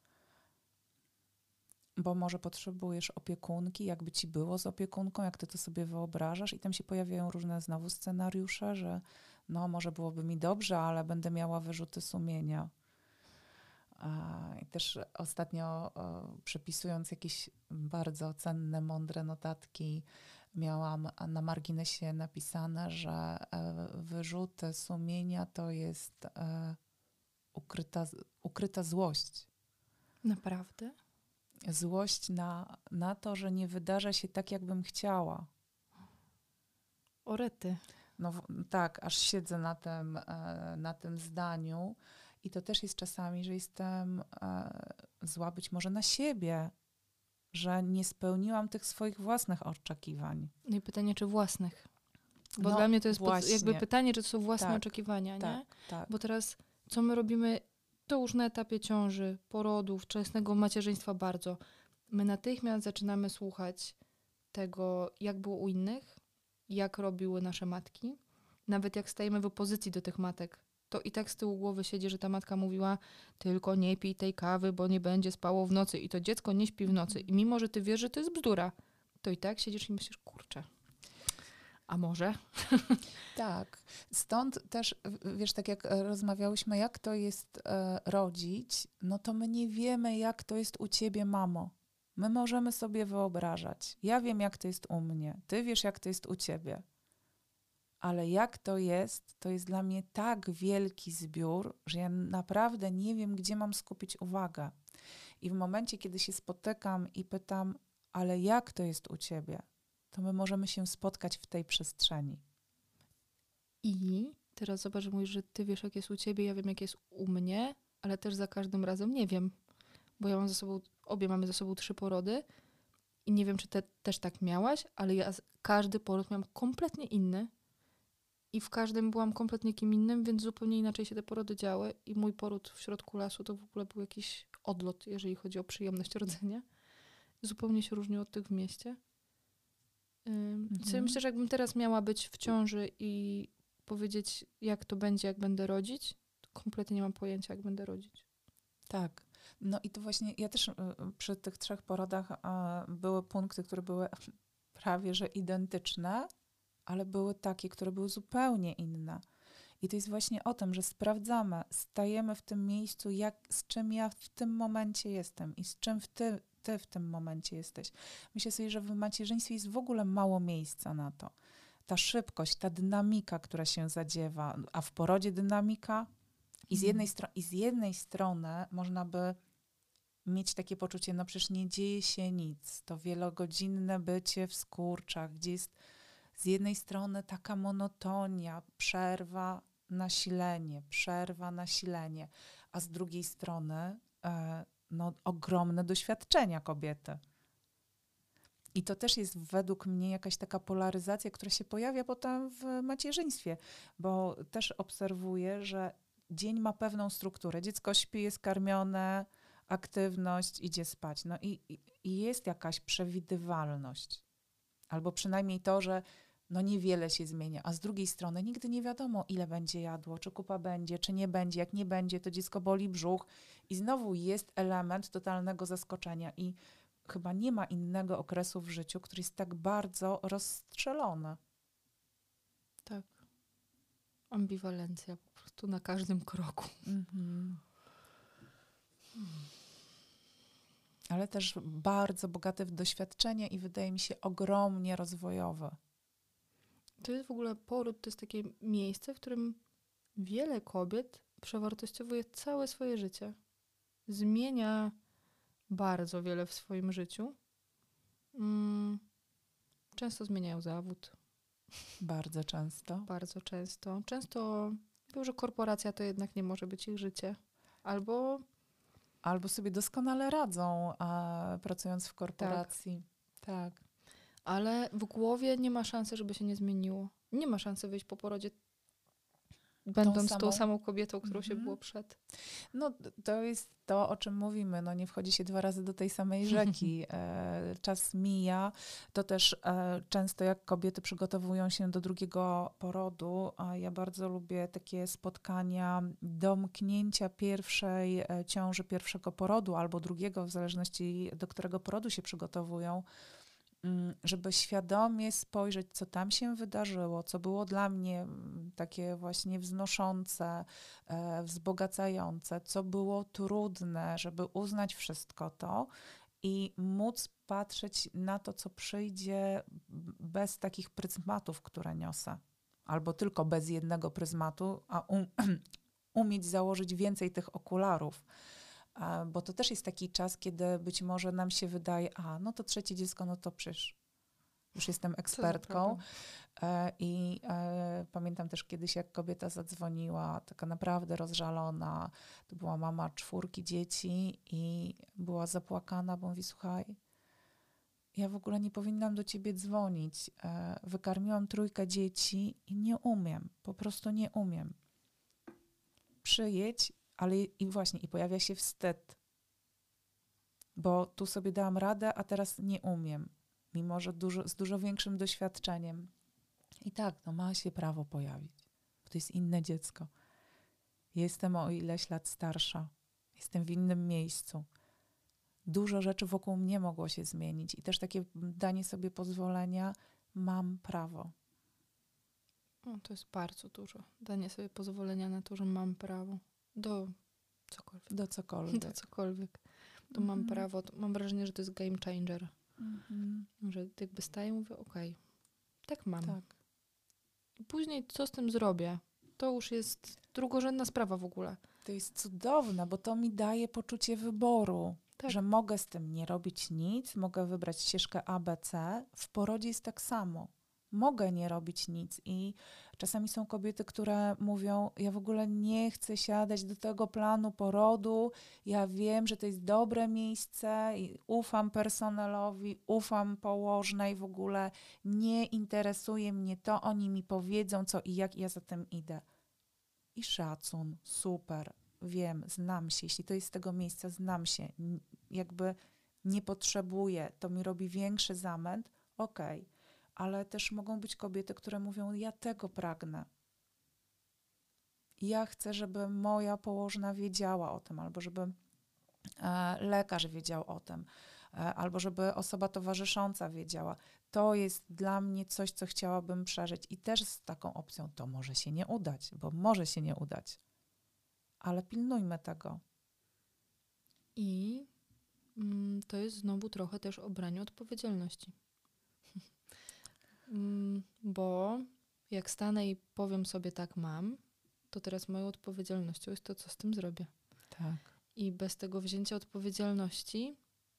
Bo może potrzebujesz opiekunki, jakby ci było z opiekunką, jak ty to sobie wyobrażasz i tam się pojawiają różne znowu scenariusze, że no może byłoby mi dobrze, ale będę miała wyrzuty sumienia. A, I też ostatnio o, przepisując jakieś bardzo cenne, mądre notatki, miałam na marginesie napisane, że e, wyrzuty sumienia to jest e, ukryta, ukryta złość. Naprawdę? Złość na, na to, że nie wydarza się tak, jakbym chciała. O rety. No w- tak, aż siedzę na tym, e, na tym zdaniu i to też jest czasami, że jestem e, zła być może na siebie, że nie spełniłam tych swoich własnych oczekiwań. No i pytanie, czy własnych? Bo No, dla mnie to jest pod, właśnie. jakby pytanie, czy to są własne Tak, oczekiwania, nie? Tak, tak. Bo teraz, co my robimy, to już na etapie ciąży, porodów, wczesnego macierzyństwa bardzo. My natychmiast zaczynamy słuchać tego, jak było u innych, jak robiły nasze matki. Nawet jak stajemy w opozycji do tych matek, to i tak z tyłu głowy siedzi, że ta matka mówiła, tylko nie pij tej kawy, bo nie będzie spało w nocy. I to dziecko nie śpi w nocy. I mimo, że ty wiesz, że to jest bzdura, to i tak siedzisz i myślisz, kurczę, a może? Tak. Stąd też, w- wiesz, tak jak e, rozmawiałyśmy, jak to jest e, rodzić, no to my nie wiemy, jak to jest u ciebie, mamo. My możemy sobie wyobrażać. Ja wiem, jak to jest u mnie. Ty wiesz, jak to jest u ciebie. Ale jak to jest, to jest dla mnie tak wielki zbiór, że ja naprawdę nie wiem, gdzie mam skupić uwagę. I w momencie, kiedy się spotykam i pytam, ale jak to jest u ciebie, to my możemy się spotkać w tej przestrzeni. I teraz zobacz, że mówisz, że ty wiesz, jak jest u ciebie, ja wiem, jak jest u mnie, ale też za każdym razem nie wiem, bo ja mam ze sobą, obie mamy ze sobą trzy porody i nie wiem, czy ty też tak miałaś, ale ja z- każdy poród miałam kompletnie inny i w każdym byłam kompletnie kim innym, więc zupełnie inaczej się te porody działy i mój poród w środku lasu to w ogóle był jakiś odlot, jeżeli chodzi o przyjemność rodzenia. Zupełnie się różnił od tych w mieście. Mhm. Sobie myślę, że jakbym teraz miała być w ciąży i powiedzieć, jak to będzie, jak będę rodzić, to kompletnie nie mam pojęcia, jak będę rodzić. Tak. No i to właśnie, ja też y, przy tych trzech porodach y, były punkty, które były prawie że identyczne, ale były takie, które były zupełnie inne. I to jest właśnie o tym, że sprawdzamy, stajemy w tym miejscu, jak, z czym ja w tym momencie jestem i z czym w ty, ty w tym momencie jesteś. Myślę sobie, że w macierzyństwie jest w ogóle mało miejsca na to. Ta szybkość, ta dynamika, która się zadziewa, a w porodzie dynamika i z jednej, stro- i z jednej strony można by mieć takie poczucie, no przecież nie dzieje się nic. To wielogodzinne bycie w skurczach, gdzie jest z jednej strony taka monotonia, przerwa, nasilenie, przerwa, nasilenie, a z drugiej strony e, no, ogromne doświadczenia kobiety. I to też jest według mnie jakaś taka polaryzacja, która się pojawia potem w macierzyństwie, bo też obserwuję, że dzień ma pewną strukturę. Dziecko śpi, jest karmione, aktywność, idzie spać. No i, i, i jest jakaś przewidywalność. Albo przynajmniej to, że no niewiele się zmienia, a z drugiej strony nigdy nie wiadomo, ile będzie jadło, czy kupa będzie, czy nie będzie. Jak nie będzie, to dziecko boli brzuch i znowu jest element totalnego zaskoczenia i chyba nie ma innego okresu w życiu, który jest tak bardzo rozstrzelony. Tak. Ambiwalencja po prostu na każdym kroku. Mhm. Hmm. Ale też bardzo bogaty w doświadczenie i wydaje mi się ogromnie rozwojowy. To jest w ogóle poród, to jest takie miejsce, w którym wiele kobiet przewartościowuje całe swoje życie. Zmienia bardzo wiele w swoim życiu. Mm, często zmieniają zawód. Bardzo często. Bardzo często. Często mówią, że korporacja to jednak nie może być ich życie. Albo... Albo sobie doskonale radzą, a, pracując w korporacji. Tak. tak. Ale w głowie nie ma szansy, żeby się nie zmieniło. Nie ma szansy wyjść po porodzie będąc tą samą, tą samą kobietą, którą mm-hmm. się było przed. No to jest to, o czym mówimy. No nie wchodzi się dwa razy do tej samej rzeki. E, czas mija. To też e, często jak kobiety przygotowują się do drugiego porodu, a ja bardzo lubię takie spotkania domknięcia pierwszej e, ciąży, pierwszego porodu albo drugiego, w zależności do którego porodu się przygotowują, żeby świadomie spojrzeć, co tam się wydarzyło, co było dla mnie takie właśnie wznoszące, e, wzbogacające, co było trudne, żeby uznać wszystko to i móc patrzeć na to, co przyjdzie bez takich pryzmatów, które niosę. Albo tylko bez jednego pryzmatu, a um, umieć założyć więcej tych okularów. Bo to też jest taki czas, kiedy być może nam się wydaje, a no to trzecie dziecko, no to przecież już jestem ekspertką. E, I e, pamiętam też kiedyś, jak kobieta zadzwoniła, taka naprawdę rozżalona, to była mama czwórki dzieci i była zapłakana, bo mówi, słuchaj, ja w ogóle nie powinnam do ciebie dzwonić. E, wykarmiłam trójkę dzieci i nie umiem, po prostu nie umiem. Przyjedź. Ale i właśnie, i pojawia się wstyd, bo tu sobie dałam radę, a teraz nie umiem, mimo że dużo, z dużo większym doświadczeniem. I tak, no ma się prawo pojawić, bo to jest inne dziecko. Jestem o ileś lat starsza, jestem w innym miejscu. Dużo rzeczy wokół mnie mogło się zmienić i też takie danie sobie pozwolenia, mam prawo. No, to jest bardzo dużo. Danie sobie pozwolenia na to, że mam prawo. Do cokolwiek. Do cokolwiek. Do cokolwiek. To mm-hmm. mam prawo. To mam wrażenie, że to jest game changer. Mm-hmm. Że jakby staję i mówię, okej, okay, tak mam. Tak. I później co z tym zrobię? To już jest drugorzędna sprawa w ogóle. To jest cudowne, bo to mi daje poczucie wyboru. Tak. Że mogę z tym nie robić nic, mogę wybrać ścieżkę A, B, C. W porodzie jest tak samo. Mogę nie robić nic i czasami są kobiety, które mówią, ja w ogóle nie chcę siadać do tego planu porodu, ja wiem, że to jest dobre miejsce i ufam personelowi, ufam położnej, w ogóle nie interesuje mnie to, oni mi powiedzą co i jak ja za tym idę. I szacun, super, wiem, znam się, jeśli to jest z tego miejsca, znam się, jakby nie potrzebuję, to mi robi większy zamęt, okej. Okay. ale też mogą być kobiety, które mówią, ja tego pragnę. Ja chcę, żeby moja położna wiedziała o tym, albo żeby e, lekarz wiedział o tym, e, albo żeby osoba towarzysząca wiedziała. To jest dla mnie coś, co chciałabym przeżyć. I też z taką opcją to może się nie udać, bo może się nie udać. Ale pilnujmy tego. I mm, to jest znowu trochę też o braniu odpowiedzialności. mm, bo jak stanę i powiem sobie tak mam, to teraz moją odpowiedzialnością jest to, co z tym zrobię. Tak. I bez tego wzięcia odpowiedzialności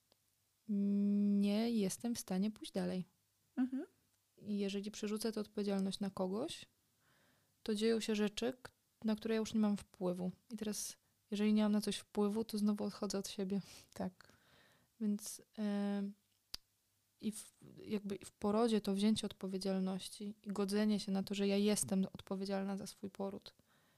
nie jestem w stanie pójść dalej. Mhm. I jeżeli przerzucę tę odpowiedzialność na kogoś, to dzieją się rzeczy, na które ja już nie mam wpływu. I teraz, jeżeli nie mam na coś wpływu, to znowu odchodzę od siebie. Tak. Więc e, i w, jakby w porodzie to wzięcie odpowiedzialności i godzenie się na to, że ja jestem odpowiedzialna za swój poród.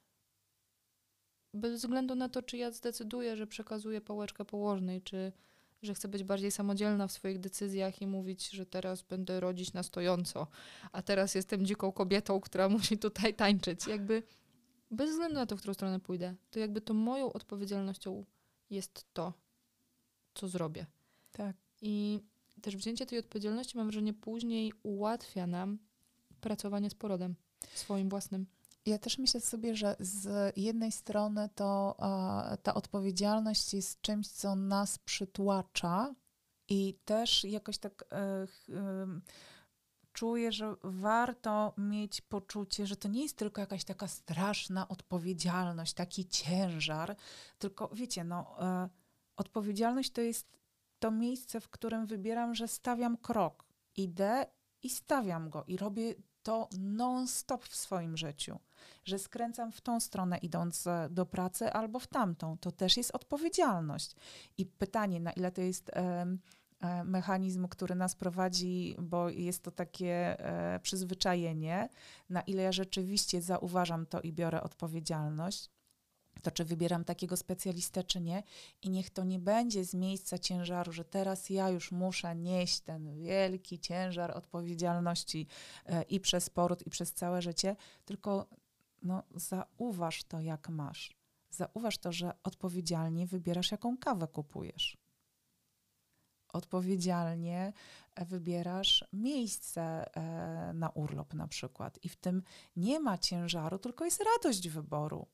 Bez względu na to, czy ja zdecyduję, że przekazuję pałeczkę położnej, czy że chcę być bardziej samodzielna w swoich decyzjach i mówić, że teraz będę rodzić na stojąco, a teraz jestem dziką kobietą, która musi tutaj tańczyć. Jakby bez względu na to, w którą stronę pójdę, to jakby to moją odpowiedzialnością jest to, co zrobię. Tak. I też wzięcie tej odpowiedzialności, mam wrażenie, później ułatwia nam pracowanie z porodem swoim własnym. Ja też myślę sobie, że z jednej strony to a, ta odpowiedzialność jest czymś, co nas przytłacza i też jakoś tak e, ch, e, czuję, że warto mieć poczucie, że to nie jest tylko jakaś taka straszna odpowiedzialność, taki ciężar, tylko wiecie, no e, odpowiedzialność to jest to miejsce, w którym wybieram, że stawiam krok, idę i stawiam go i robię to non-stop w swoim życiu, że skręcam w tą stronę idąc do pracy albo w tamtą. To też jest odpowiedzialność. I pytanie, na ile to jest e, e, mechanizm, który nas prowadzi, bo jest to takie e, przyzwyczajenie, na ile ja rzeczywiście zauważam to i biorę odpowiedzialność, to czy wybieram takiego specjalistę, czy nie. I niech to nie będzie z miejsca ciężaru, że teraz ja już muszę nieść ten wielki ciężar odpowiedzialności e, i przez poród, i przez całe życie, tylko no, zauważ to, jak masz. Zauważ to, że odpowiedzialnie wybierasz, jaką kawę kupujesz. Odpowiedzialnie wybierasz miejsce e, na urlop na przykład. I w tym nie ma ciężaru, tylko jest radość wyboru.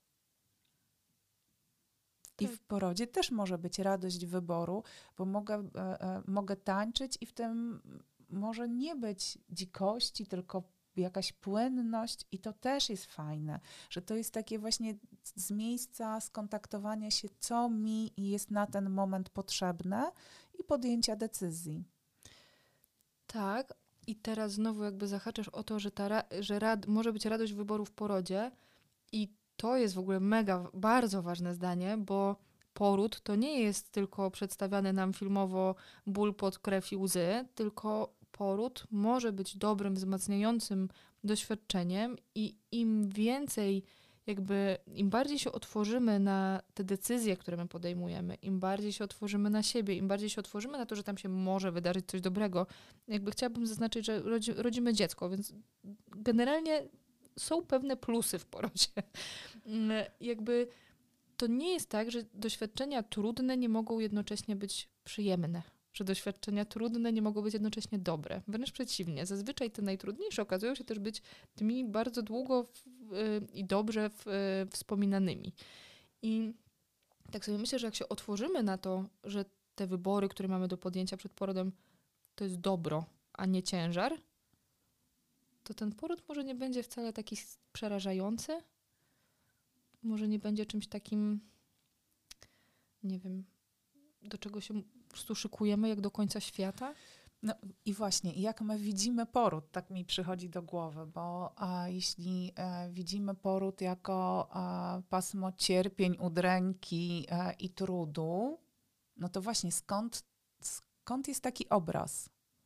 I w porodzie też może być radość wyboru, bo mogę, e, e, mogę tańczyć i w tym może nie być dzikości, tylko jakaś płynność i to też jest fajne, że to jest takie właśnie z miejsca skontaktowania się, co mi jest na ten moment potrzebne i podjęcia decyzji. Tak, i teraz znowu jakby zahaczasz o to, że, ta ra- że rad- może być radość wyboru w porodzie i to jest w ogóle mega, bardzo ważne zdanie, bo poród to nie jest tylko przedstawiany nam filmowo ból pod krew i łzy, tylko poród może być dobrym, wzmacniającym doświadczeniem i im więcej jakby, im bardziej się otworzymy na te decyzje, które my podejmujemy, im bardziej się otworzymy na siebie, im bardziej się otworzymy na to, że tam się może wydarzyć coś dobrego. Jakby chciałabym zaznaczyć, że rodzi, rodzimy dziecko, więc generalnie są pewne plusy w porodzie. Jakby to nie jest tak, że doświadczenia trudne nie mogą jednocześnie być przyjemne, że doświadczenia trudne nie mogą być jednocześnie dobre. Wręcz przeciwnie. Zazwyczaj te najtrudniejsze okazują się też być tymi bardzo długo w, y, i dobrze w, y, wspominanymi. I tak sobie myślę, że jak się otworzymy na to, że te wybory, które mamy do podjęcia przed porodem, to jest dobro, a nie ciężar, to ten poród może nie będzie wcale taki przerażający, może nie będzie czymś takim, nie wiem, do czego się po prostu szykujemy, jak do końca świata. No i właśnie, jak my widzimy poród, tak mi przychodzi do głowy, bo a, jeśli e, widzimy poród jako a, pasmo cierpień, udręki e, i trudu, no to właśnie skąd, skąd jest taki obraz?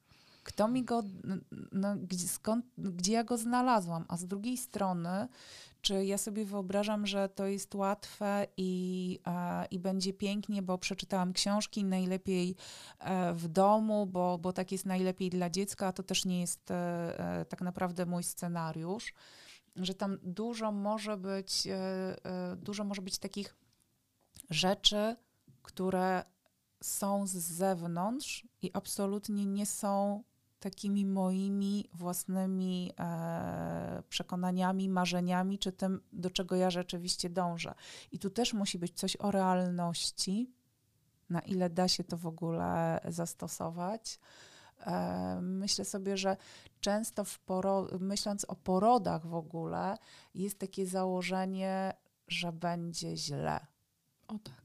Kto mi go, no, gdzie, skąd, gdzie ja go znalazłam? A z drugiej strony, czy ja sobie wyobrażam, że to jest łatwe i, e, i będzie pięknie, bo przeczytałam książki najlepiej e, w domu, bo, bo tak jest najlepiej dla dziecka, a to też nie jest e, e, tak naprawdę mój scenariusz, że tam dużo może być, e, e, dużo może być takich rzeczy, które są z zewnątrz i absolutnie nie są takimi moimi własnymi e, przekonaniami, marzeniami, czy tym, do czego ja rzeczywiście dążę. I tu też musi być coś o realności, na ile da się to w ogóle zastosować. E, myślę sobie, że często w poro- myśląc o porodach w ogóle, jest takie założenie, że będzie źle. O tak.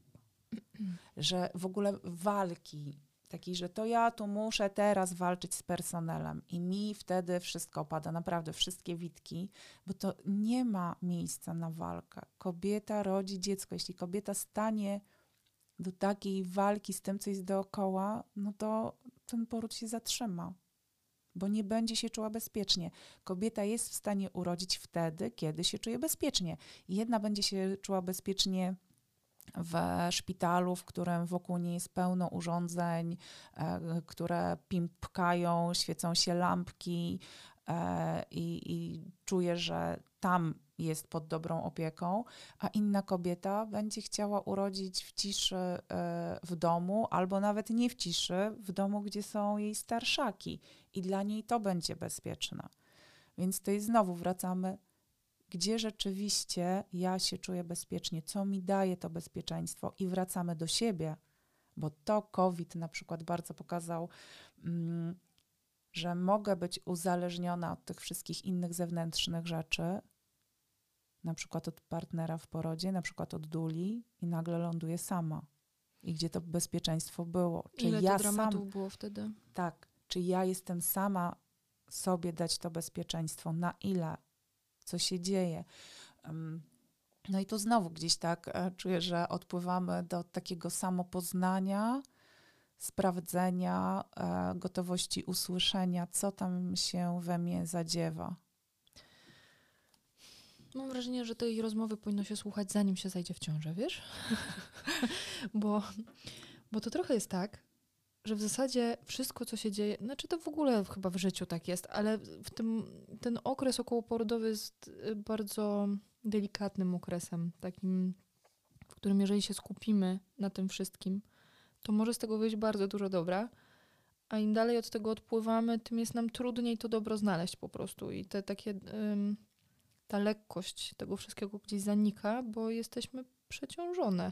Że w ogóle walki, taki, że to ja tu muszę teraz walczyć z personelem i mi wtedy wszystko opada, naprawdę wszystkie witki, bo to nie ma miejsca na walkę. Kobieta rodzi dziecko. Jeśli kobieta stanie do takiej walki z tym, co jest dookoła, no to ten poród się zatrzyma, bo nie będzie się czuła bezpiecznie. Kobieta jest w stanie urodzić wtedy, kiedy się czuje bezpiecznie. Jedna będzie się czuła bezpiecznie w szpitalu, w którym wokół niej jest pełno urządzeń, e, które pimpkają, świecą się lampki e, i, i czuje, że tam jest pod dobrą opieką, a inna kobieta będzie chciała urodzić w ciszy e, w domu, albo nawet nie w ciszy, w domu, gdzie są jej starszaki i dla niej to będzie bezpieczne. Więc to jest znowu, wracamy, gdzie rzeczywiście ja się czuję bezpiecznie, co mi daje to bezpieczeństwo i wracamy do siebie, bo to COVID na przykład bardzo pokazał, mm, że mogę być uzależniona od tych wszystkich innych zewnętrznych rzeczy, na przykład od partnera w porodzie, na przykład od duli i nagle ląduję sama. I gdzie to bezpieczeństwo było? Czy Ile ja to dramatów sam, było wtedy? tak, czy ja jestem sama sobie dać to bezpieczeństwo? Na ile? Co się dzieje? Um, no i tu znowu gdzieś tak e, czuję, że odpływamy do takiego samopoznania, sprawdzenia, e, gotowości usłyszenia, co tam się we mnie zadziewa. Mam wrażenie, że tej rozmowy powinno się słuchać, zanim się zajdzie w ciążę, wiesz? bo, bo to trochę jest tak, że w zasadzie wszystko, co się dzieje, znaczy to w ogóle chyba w życiu tak jest, ale w tym, ten okres okołoporodowy jest bardzo delikatnym okresem, takim, w którym jeżeli się skupimy na tym wszystkim, to może z tego wyjść bardzo dużo dobra, a im dalej od tego odpływamy, tym jest nam trudniej to dobro znaleźć po prostu i te takie... Ym, ta lekkość tego wszystkiego gdzieś zanika, bo jesteśmy przeciążone.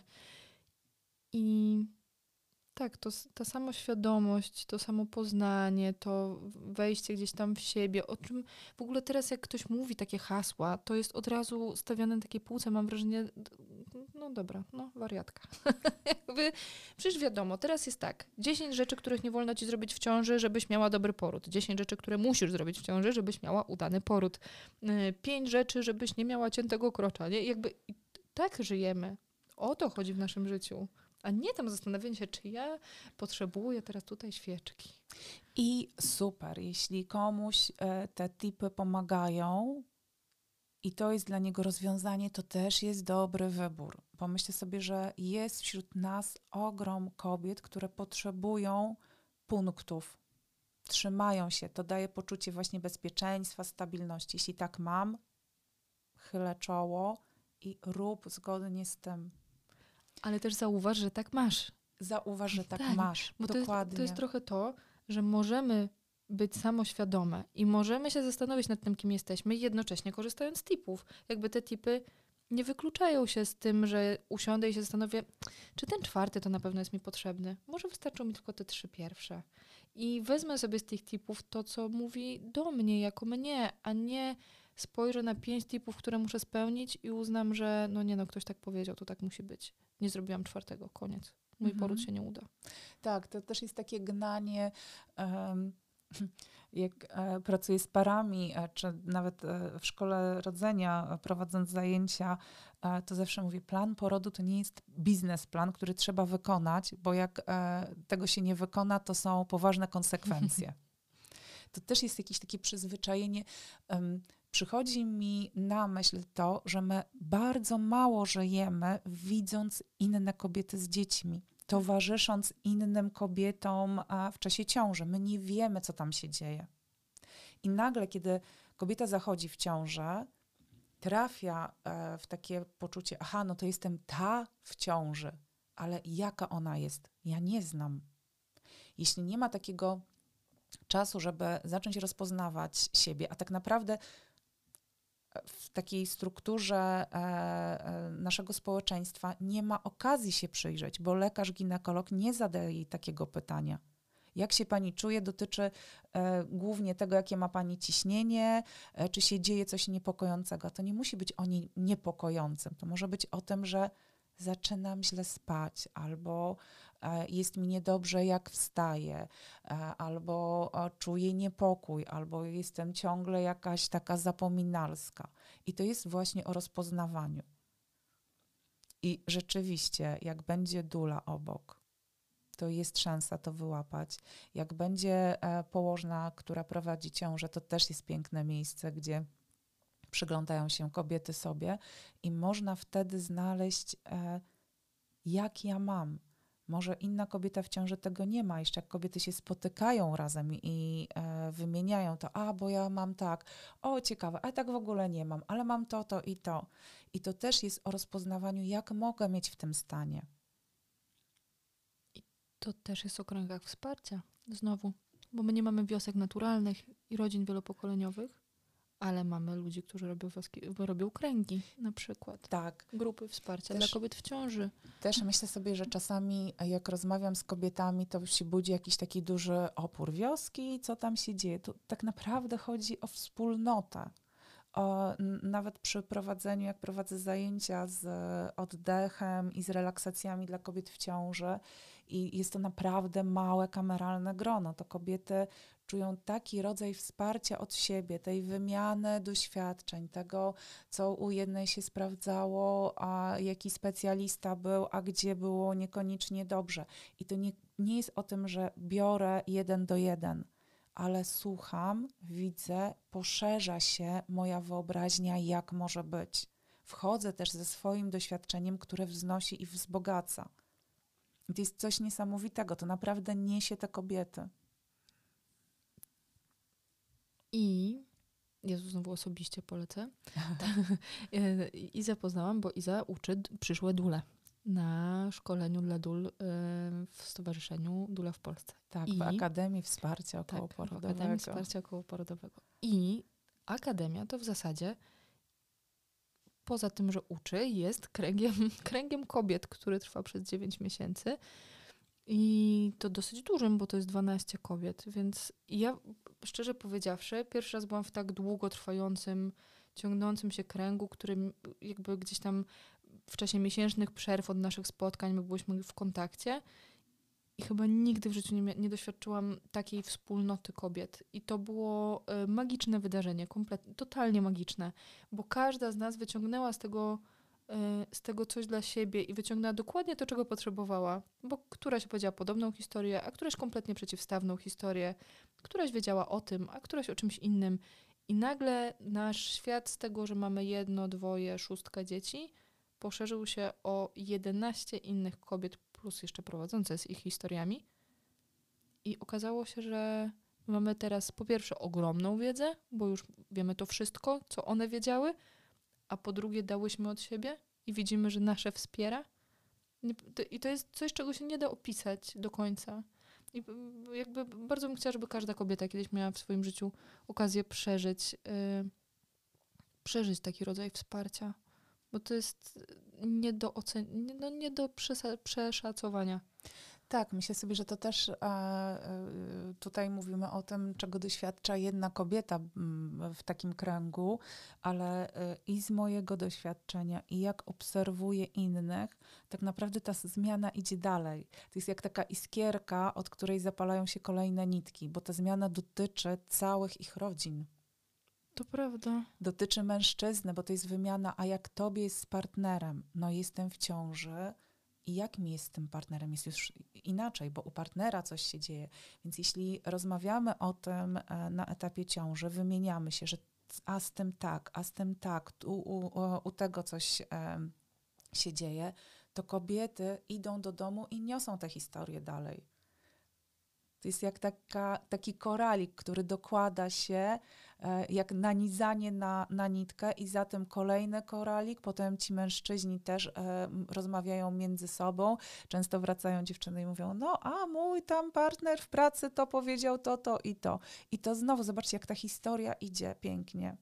I tak, to, ta samoświadomość, to samopoznanie, to wejście gdzieś tam w siebie, o czym w ogóle teraz jak ktoś mówi takie hasła, to jest od razu stawiane na takiej półce, mam wrażenie, no dobra, no wariatka. Jakby, przecież wiadomo, teraz jest tak, dziesięć rzeczy, których nie wolno ci zrobić w ciąży, żebyś miała dobry poród. dziesięć rzeczy, które musisz zrobić w ciąży, żebyś miała udany poród. pięć rzeczy, żebyś nie miała ciętego krocza. Nie? Jakby tak żyjemy. O to chodzi w naszym życiu. A nie tam zastanawianie się, czy ja potrzebuję teraz tutaj świeczki. I super, jeśli komuś e, te tipy pomagają i to jest dla niego rozwiązanie, to też jest dobry wybór. Bo myślę sobie, że jest wśród nas ogrom kobiet, które potrzebują punktów. Trzymają się. To daje poczucie właśnie bezpieczeństwa, stabilności. Jeśli tak mam, chylę czoło i rób zgodnie z tym. Ale też zauważ, że tak masz. Zauważ, że tak, tak masz. Bo Dokładnie. To jest, to jest trochę to, że możemy być samoświadome i możemy się zastanowić nad tym, kim jesteśmy, jednocześnie korzystając z tipów. Jakby te tipy nie wykluczają się z tym, że usiądę i się zastanowię, czy ten czwarty to na pewno jest mi potrzebny. Może wystarczą mi tylko te trzy pierwsze. I wezmę sobie z tych tipów to, co mówi do mnie, jako mnie, a nie spojrzę na pięć tipów, które muszę spełnić i uznam, że no nie no, ktoś tak powiedział, to tak musi być. Nie zrobiłam czwartego, koniec. Mój mhm. poród się nie uda. Tak, to też jest takie gnanie, um, jak e, pracuję z parami, e, czy nawet e, w szkole rodzenia, prowadząc zajęcia, e, to zawsze mówię, plan porodu to nie jest biznesplan, który trzeba wykonać, bo jak e, tego się nie wykona, to są poważne konsekwencje. to też jest jakieś takie przyzwyczajenie. Um, przychodzi mi na myśl to, że my bardzo mało żyjemy, widząc inne kobiety z dziećmi, towarzysząc innym kobietom a w czasie ciąży. My nie wiemy, co tam się dzieje. I nagle, kiedy kobieta zachodzi w ciążę, trafia e, w takie poczucie, aha, no to jestem ta w ciąży, ale jaka ona jest? Ja nie znam. Jeśli nie ma takiego czasu, żeby zacząć rozpoznawać siebie, a tak naprawdę w takiej strukturze e, e, naszego społeczeństwa nie ma okazji się przyjrzeć, bo lekarz, ginekolog nie zadaje jej takiego pytania. Jak się pani czuje, dotyczy e, głównie tego, jakie ma pani ciśnienie, e, czy się dzieje coś niepokojącego. To nie musi być o niej niepokojącym. To może być o tym, że zaczynam źle spać, albo e, jest mi niedobrze, jak wstaję, e, albo e, czuję niepokój, albo jestem ciągle jakaś taka zapominalska. I to jest właśnie o rozpoznawaniu. I rzeczywiście, jak będzie dula obok, to jest szansa to wyłapać. Jak będzie e, położna, która prowadzi ciążę, to też jest piękne miejsce, gdzie przyglądają się kobiety sobie i można wtedy znaleźć, e, jak ja mam. Może inna kobieta w ciąży tego nie ma. Jeszcze jak kobiety się spotykają razem i e, wymieniają to, a bo ja mam tak, o ciekawe, a tak w ogóle nie mam, ale mam to, to i to. I to też jest o rozpoznawaniu, jak mogę mieć w tym stanie. To też jest o kręgach wsparcia, znowu, bo my nie mamy wiosek naturalnych i rodzin wielopokoleniowych, ale mamy ludzi, którzy robią wioski, robią kręgi na przykład. Tak. Grupy wsparcia Też, dla kobiet w ciąży. Też myślę sobie, że czasami jak rozmawiam z kobietami, to się budzi jakiś taki duży opór wioski, co tam się dzieje. Tu tak naprawdę chodzi o wspólnotę. O, nawet przy prowadzeniu, jak prowadzę zajęcia z oddechem i z relaksacjami dla kobiet w ciąży i jest to naprawdę małe, kameralne grono, to kobiety czują taki rodzaj wsparcia od siebie, tej wymiany doświadczeń, tego, co u jednej się sprawdzało, a jaki specjalista był, a gdzie było niekoniecznie dobrze. I to nie, nie jest o tym, że biorę jeden do jeden, ale słucham, widzę, poszerza się moja wyobraźnia, jak może być. Wchodzę też ze swoim doświadczeniem, które wznosi i wzbogaca. I to jest coś niesamowitego, to naprawdę niesie te kobiety. I Jezu, znowu osobiście polecę. Izę poznałam, bo Iza uczy przyszłe dule na szkoleniu dla dul w Stowarzyszeniu Dula w Polsce. Tak, I, w Akademii Wsparcia Okołoporodowego. Tak, w Akademii Wsparcia Okołoporodowego. I Akademia to w zasadzie poza tym, że uczy, jest kręgiem, kręgiem kobiet, który trwa przez dziewięć miesięcy. I to dosyć dużym, bo to jest dwanaście kobiet, więc ja, szczerze powiedziawszy, pierwszy raz byłam w tak długotrwającym, ciągnącym się kręgu, którym jakby gdzieś tam w czasie miesięcznych przerw od naszych spotkań my byliśmy w kontakcie i chyba nigdy w życiu nie, nie doświadczyłam takiej wspólnoty kobiet. I to było y, magiczne wydarzenie, kompletnie, totalnie magiczne, bo każda z nas wyciągnęła z tego z tego coś dla siebie i wyciągnęła dokładnie to, czego potrzebowała, bo któraś opowiedziała podobną historię, a któraś kompletnie przeciwstawną historię, któraś wiedziała o tym, a któraś o czymś innym. I nagle nasz świat z tego, że mamy jedno, dwoje, szóstka dzieci, poszerzył się o jedenaście innych kobiet, plus jeszcze prowadzące z ich historiami. I okazało się, że mamy teraz po pierwsze ogromną wiedzę, bo już wiemy to wszystko, co one wiedziały, a po drugie dałyśmy od siebie i widzimy, że nasze wspiera. I to jest coś, czego się nie da opisać do końca. I jakby bardzo bym chciała, żeby każda kobieta kiedyś miała w swoim życiu okazję przeżyć, yy, przeżyć taki rodzaj wsparcia, bo to jest nie do ocen- nie, no nie do przesa- przeszacowania. Tak, myślę sobie, że to też e, tutaj mówimy o tym, czego doświadcza jedna kobieta w takim kręgu, ale e, i z mojego doświadczenia, i jak obserwuję innych, tak naprawdę ta zmiana idzie dalej. To jest jak taka iskierka, od której zapalają się kolejne nitki, bo ta zmiana dotyczy całych ich rodzin. To prawda. Dotyczy mężczyzny, bo to jest wymiana, a jak tobie jest z partnerem? No jestem w ciąży, i jak mi jest z tym partnerem, jest już inaczej, bo u partnera coś się dzieje. Więc jeśli rozmawiamy o tym na etapie ciąży, wymieniamy się, że a z tym tak, a z tym tak, u, u, u tego coś um, się dzieje, to kobiety idą do domu i niosą tę historię dalej. To jest jak taka, taki koralik, który dokłada się, e, jak nanizanie na, na nitkę i za tym kolejny koralik. Potem ci mężczyźni też e, rozmawiają między sobą. Często wracają dziewczyny i mówią, no a mój tam partner w pracy to powiedział to, to i to. I to znowu, zobaczcie, jak ta historia idzie pięknie.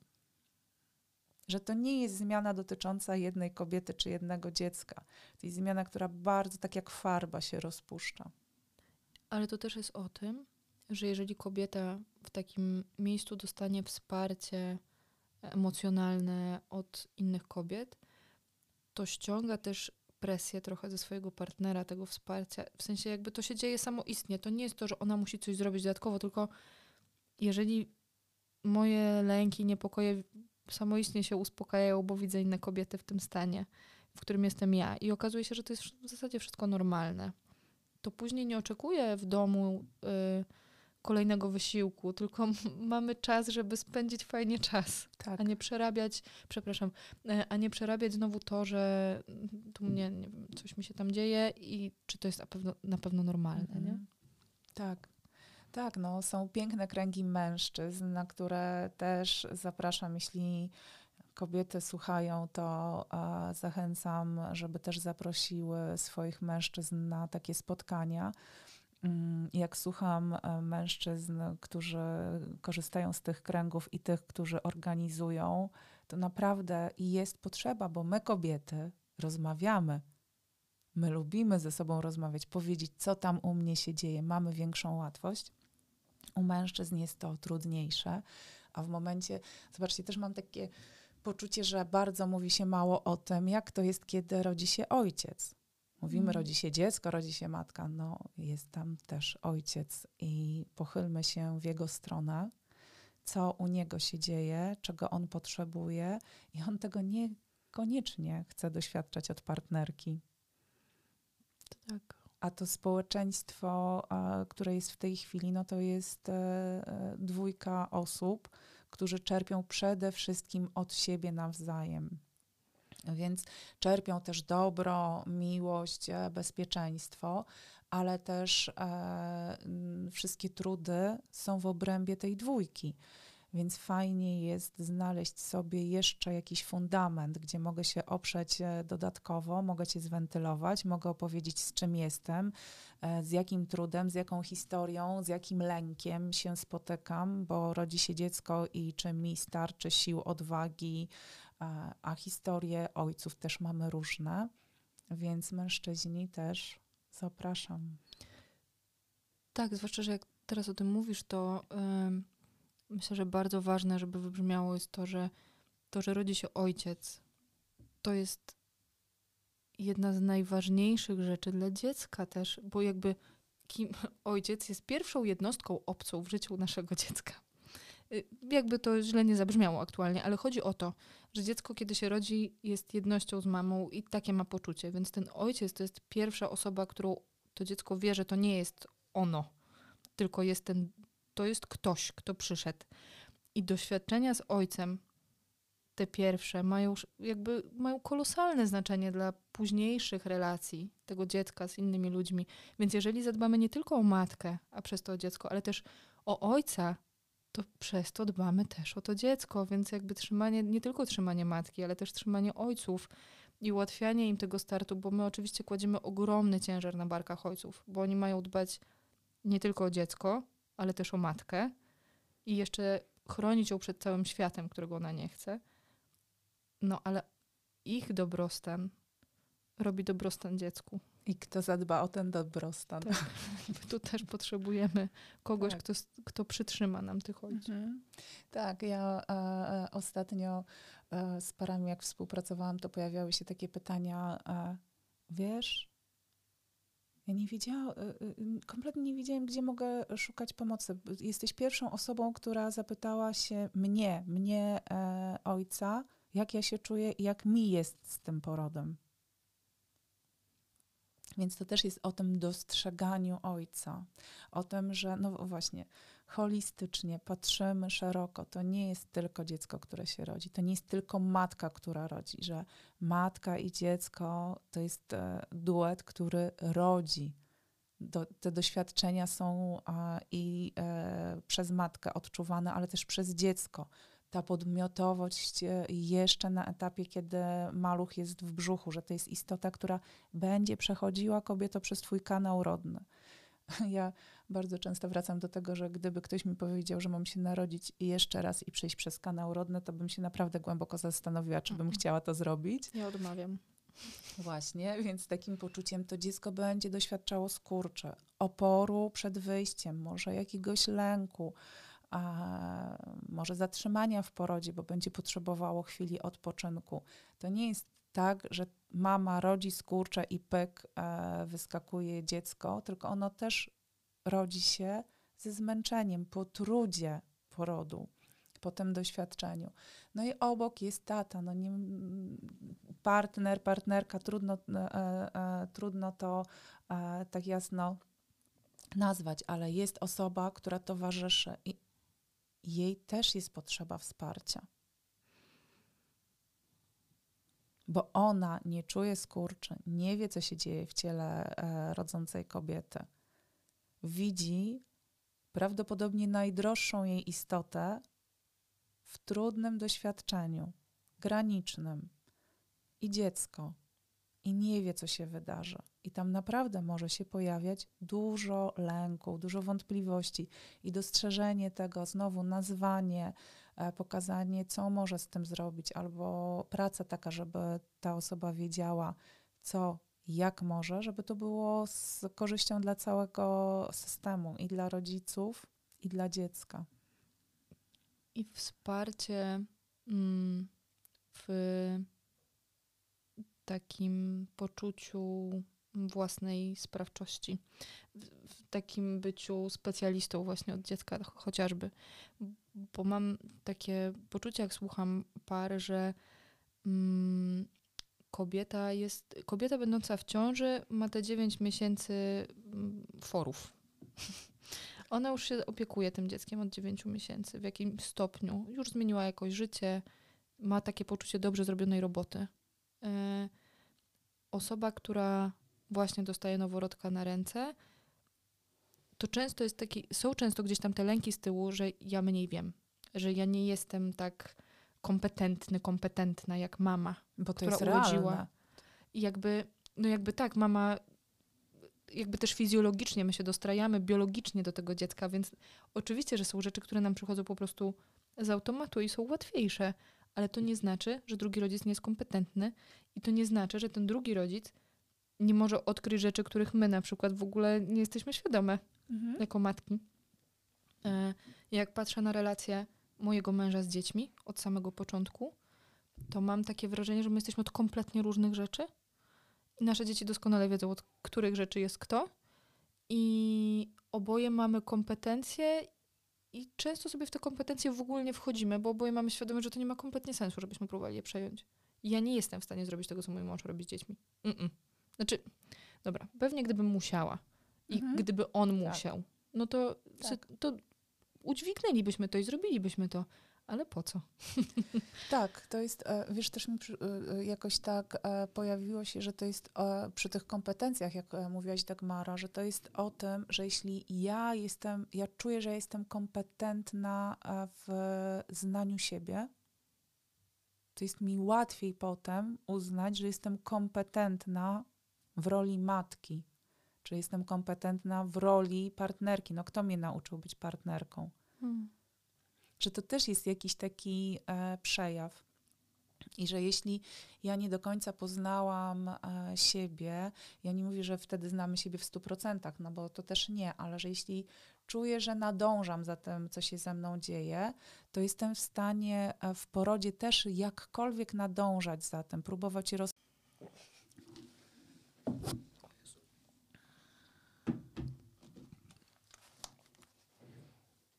Że to nie jest zmiana dotycząca jednej kobiety czy jednego dziecka. To jest zmiana, która bardzo tak jak farba się rozpuszcza. Ale to też jest o tym, że jeżeli kobieta w takim miejscu dostanie wsparcie emocjonalne od innych kobiet, to ściąga też presję trochę ze swojego partnera, tego wsparcia. W sensie jakby to się dzieje samoistnie. To nie jest to, że ona musi coś zrobić dodatkowo, tylko jeżeli moje lęki, niepokoje samoistnie się uspokajają, bo widzę inne kobiety w tym stanie, w którym jestem ja i okazuje się, że to jest w zasadzie wszystko normalne, to później nie oczekuję w domu y, kolejnego wysiłku, tylko mamy czas, żeby spędzić fajnie czas, tak. a nie przerabiać, przepraszam, y, a nie przerabiać znowu to, że tu mnie, nie wiem, coś mi się tam dzieje i czy to jest na pewno, na pewno normalne, mm-hmm. nie? Tak. Tak, no są piękne kręgi mężczyzn, na które też zapraszam, jeśli kobiety słuchają, to uh, zachęcam, żeby też zaprosiły swoich mężczyzn na takie spotkania. Um, jak słucham uh, mężczyzn, którzy korzystają z tych kręgów i tych, którzy organizują, to naprawdę jest potrzeba, bo my kobiety rozmawiamy. My lubimy ze sobą rozmawiać, powiedzieć, co tam u mnie się dzieje. Mamy większą łatwość. U mężczyzn jest to trudniejsze, a w momencie, zobaczcie, też mam takie poczucie, że bardzo mówi się mało o tym, jak to jest, kiedy rodzi się ojciec. Mówimy, mm. rodzi się dziecko, rodzi się matka. No, jest tam też ojciec i pochylmy się w jego stronę, co u niego się dzieje, czego on potrzebuje i on tego niekoniecznie chce doświadczać od partnerki. Tak. A to społeczeństwo, a, które jest w tej chwili, no to jest e, dwójka osób, którzy czerpią przede wszystkim od siebie nawzajem. Więc czerpią też dobro, miłość, e, bezpieczeństwo, ale też e, wszystkie trudy są w obrębie tej dwójki. Więc fajnie jest znaleźć sobie jeszcze jakiś fundament, gdzie mogę się oprzeć dodatkowo, mogę cię zwentylować, mogę opowiedzieć, z czym jestem, z jakim trudem, z jaką historią, z jakim lękiem się spotykam, bo rodzi się dziecko i czy mi starczy sił, odwagi, a historie ojców też mamy różne, więc mężczyźni też zapraszam. Tak, zwłaszcza, że jak teraz o tym mówisz, to... Yy... Myślę, że bardzo ważne, żeby wybrzmiało, jest to, że to, że rodzi się ojciec, to jest jedna z najważniejszych rzeczy dla dziecka też, bo jakby kim, ojciec jest pierwszą jednostką obcą w życiu naszego dziecka. Jakby to źle nie zabrzmiało aktualnie, ale chodzi o to, że dziecko, kiedy się rodzi, jest jednością z mamą i takie ma poczucie, więc ten ojciec to jest pierwsza osoba, którą to dziecko wie, że to nie jest ono, tylko jest ten to jest ktoś, kto przyszedł. I doświadczenia z ojcem, te pierwsze, mają jakby mają kolosalne znaczenie dla późniejszych relacji tego dziecka z innymi ludźmi. Więc jeżeli zadbamy nie tylko o matkę, a przez to o dziecko, ale też o ojca, to przez to dbamy też o to dziecko. Więc jakby trzymanie, nie tylko trzymanie matki, ale też trzymanie ojców i ułatwianie im tego startu, bo my oczywiście kładziemy ogromny ciężar na barkach ojców, bo oni mają dbać nie tylko o dziecko, ale też o matkę i jeszcze chronić ją przed całym światem, którego ona nie chce. No ale ich dobrostan robi dobrostan dziecku. I kto zadba o ten dobrostan. Tak. Tu też potrzebujemy kogoś, tak. kto, kto przytrzyma nam tych ojców. Mhm. Tak, ja e, ostatnio e, z parami jak współpracowałam, to pojawiały się takie pytania, e, wiesz, ja nie wiedziałam, kompletnie nie wiedziałam, gdzie mogę szukać pomocy. Jesteś pierwszą osobą, która zapytała się mnie, mnie e, ojca, jak ja się czuję i jak mi jest z tym porodem. Więc to też jest o tym dostrzeganiu ojca, o tym, że no właśnie holistycznie patrzymy szeroko. To nie jest tylko dziecko, które się rodzi, to nie jest tylko matka, która rodzi, że matka i dziecko to jest e, duet, który rodzi. Do, te doświadczenia są a, i e, przez matkę odczuwane, ale też przez dziecko. Ta podmiotowość e, jeszcze na etapie, kiedy maluch jest w brzuchu, że to jest istota, która będzie przechodziła, kobieto, przez twój kanał rodny. Ja bardzo często wracam do tego, że gdyby ktoś mi powiedział, że mam się narodzić jeszcze raz i przejść przez kanał rodny, to bym się naprawdę głęboko zastanowiła, czy bym chciała to zrobić. Ja odmawiam. Właśnie, więc z takim poczuciem to dziecko będzie doświadczało skurczy, oporu przed wyjściem, może jakiegoś lęku, a może zatrzymania w porodzie, bo będzie potrzebowało chwili odpoczynku. To nie jest tak, że mama rodzi skurcze i pyk, e, wyskakuje dziecko, tylko ono też rodzi się ze zmęczeniem, po trudzie porodu, po tym doświadczeniu. No i obok jest tata, no nie, partner, partnerka, trudno, e, e, trudno to e, tak jasno nazwać, ale jest osoba, która towarzyszy i jej też jest potrzeba wsparcia. Bo ona nie czuje skurczy, nie wie, co się dzieje w ciele e, rodzącej kobiety. Widzi prawdopodobnie najdroższą jej istotę w trudnym doświadczeniu, granicznym i dziecko. I nie wie, co się wydarzy. I tam naprawdę może się pojawiać dużo lęku, dużo wątpliwości i dostrzeżenie tego, znowu nazwanie, e, pokazanie, co może z tym zrobić, albo praca taka, żeby ta osoba wiedziała, co, jak może, żeby to było z korzyścią dla całego systemu i dla rodziców, i dla dziecka. I wsparcie mm, w takim poczuciu własnej sprawczości, w, w takim byciu specjalistą właśnie od dziecka chociażby. Bo mam takie poczucie, jak słucham par, że mm, kobieta jest, kobieta będąca w ciąży ma te dziewięć miesięcy forów. Ona już się opiekuje tym dzieckiem od dziewięciu miesięcy, w jakimś stopniu. Już zmieniła jakoś życie, ma takie poczucie dobrze zrobionej roboty. Yy, osoba, która właśnie dostaje noworodka na ręce, to często jest taki, są często gdzieś tam te lęki z tyłu, że ja mniej wiem, że ja nie jestem tak kompetentny, kompetentna jak mama, Bo to która jest urodziła. realne. I jakby, no jakby tak, mama, jakby też fizjologicznie my się dostrajamy biologicznie do tego dziecka, więc oczywiście, że są rzeczy, które nam przychodzą po prostu z automatu i są łatwiejsze, ale to nie znaczy, że drugi rodzic nie jest kompetentny i to nie znaczy, że ten drugi rodzic nie może odkryć rzeczy, których my na przykład w ogóle nie jesteśmy świadome Mhm. jako matki. Jak patrzę na relację mojego męża z dziećmi od samego początku, to mam takie wrażenie, że my jesteśmy od kompletnie różnych rzeczy i nasze dzieci doskonale wiedzą, od których rzeczy jest kto i oboje mamy kompetencje i często sobie w te kompetencje w ogóle nie wchodzimy, bo oboje mamy świadomość, że to nie ma kompletnie sensu, żebyśmy próbowali je przejąć. Ja nie jestem w stanie zrobić tego, co mój mąż robi z dziećmi. Mm-mm. Znaczy, dobra, pewnie gdybym musiała i Mhm. gdyby on musiał, Tak. no to, Tak. to udźwignęlibyśmy to i zrobilibyśmy to. Ale po co? Tak, to jest, e, wiesz, też mi przy- e, jakoś tak e, pojawiło się, że to jest e, przy tych kompetencjach, jak e, mówiłaś Dagmara, że to jest o tym, że jeśli ja jestem, ja czuję, że jestem kompetentna e, w znaniu siebie, to jest mi łatwiej potem uznać, że jestem kompetentna w roli matki, czy jestem kompetentna w roli partnerki. No kto mnie nauczył być partnerką? Hmm. Że to też jest jakiś taki e, przejaw. I że jeśli ja nie do końca poznałam e, siebie, ja nie mówię, że wtedy znamy siebie w stu procentach, no bo to też nie, ale że jeśli czuję, że nadążam za tym, co się ze mną dzieje, to jestem w stanie e, w porodzie też jakkolwiek nadążać za tym, próbować roz...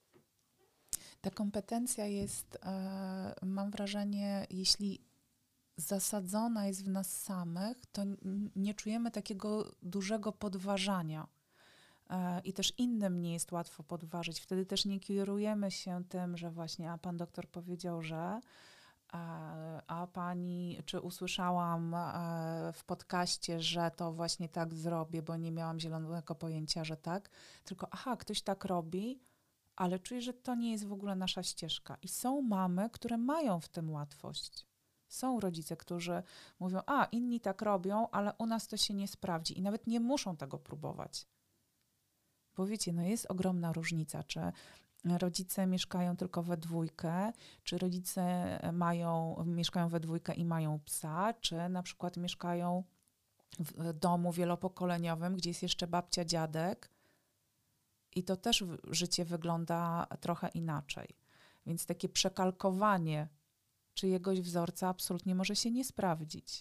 Ta kompetencja jest, e, mam wrażenie, jeśli zasadzona jest w nas samych, to n- nie czujemy takiego dużego podważania. E, I też innym nie jest łatwo podważyć. Wtedy też nie kierujemy się tym, że właśnie, a pan doktor powiedział, że, a, a pani, czy usłyszałam e, w podcaście, że to właśnie tak zrobię, bo nie miałam zielonego pojęcia, że tak. Tylko aha, ktoś tak robi, ale czuję, że to nie jest w ogóle nasza ścieżka. I są mamy, które mają w tym łatwość. Są rodzice, którzy mówią, a inni tak robią, ale u nas to się nie sprawdzi i nawet nie muszą tego próbować. Bo wiecie, no jest ogromna różnica, czy rodzice mieszkają tylko we dwójkę, czy rodzice mają, mieszkają we dwójkę i mają psa, czy na przykład mieszkają w domu wielopokoleniowym, gdzie jest jeszcze babcia, dziadek i to też życie wygląda trochę inaczej. Więc takie przekalkowanie czyjegoś wzorca absolutnie może się nie sprawdzić.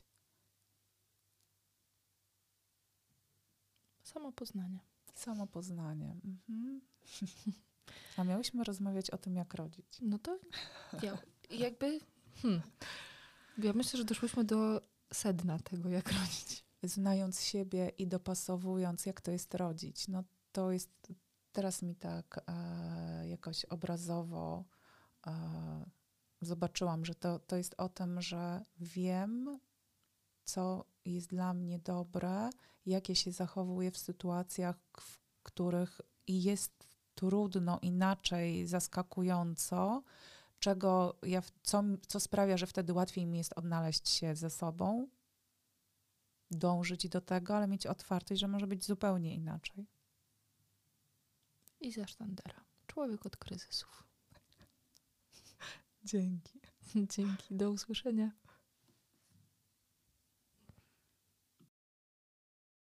Samopoznanie. Samopoznanie. Mhm. A miałyśmy rozmawiać o tym, jak rodzić. No to ja, jakby... Hmm. Ja myślę, że doszłyśmy do sedna tego, jak rodzić. Znając siebie i dopasowując, jak to jest rodzić. No to jest, teraz mi tak e, jakoś obrazowo e, zobaczyłam, że to, to jest o tym, że wiem, co jest dla mnie dobre, jak ja się zachowuję w sytuacjach, w których jest trudno, inaczej, zaskakująco, czego ja, co, co sprawia, że wtedy łatwiej mi jest odnaleźć się ze sobą, dążyć do tego, ale mieć otwartość, że może być zupełnie inaczej. Iza Sztandera. Człowiek od kryzysów. Dzięki. Dzięki. Do usłyszenia.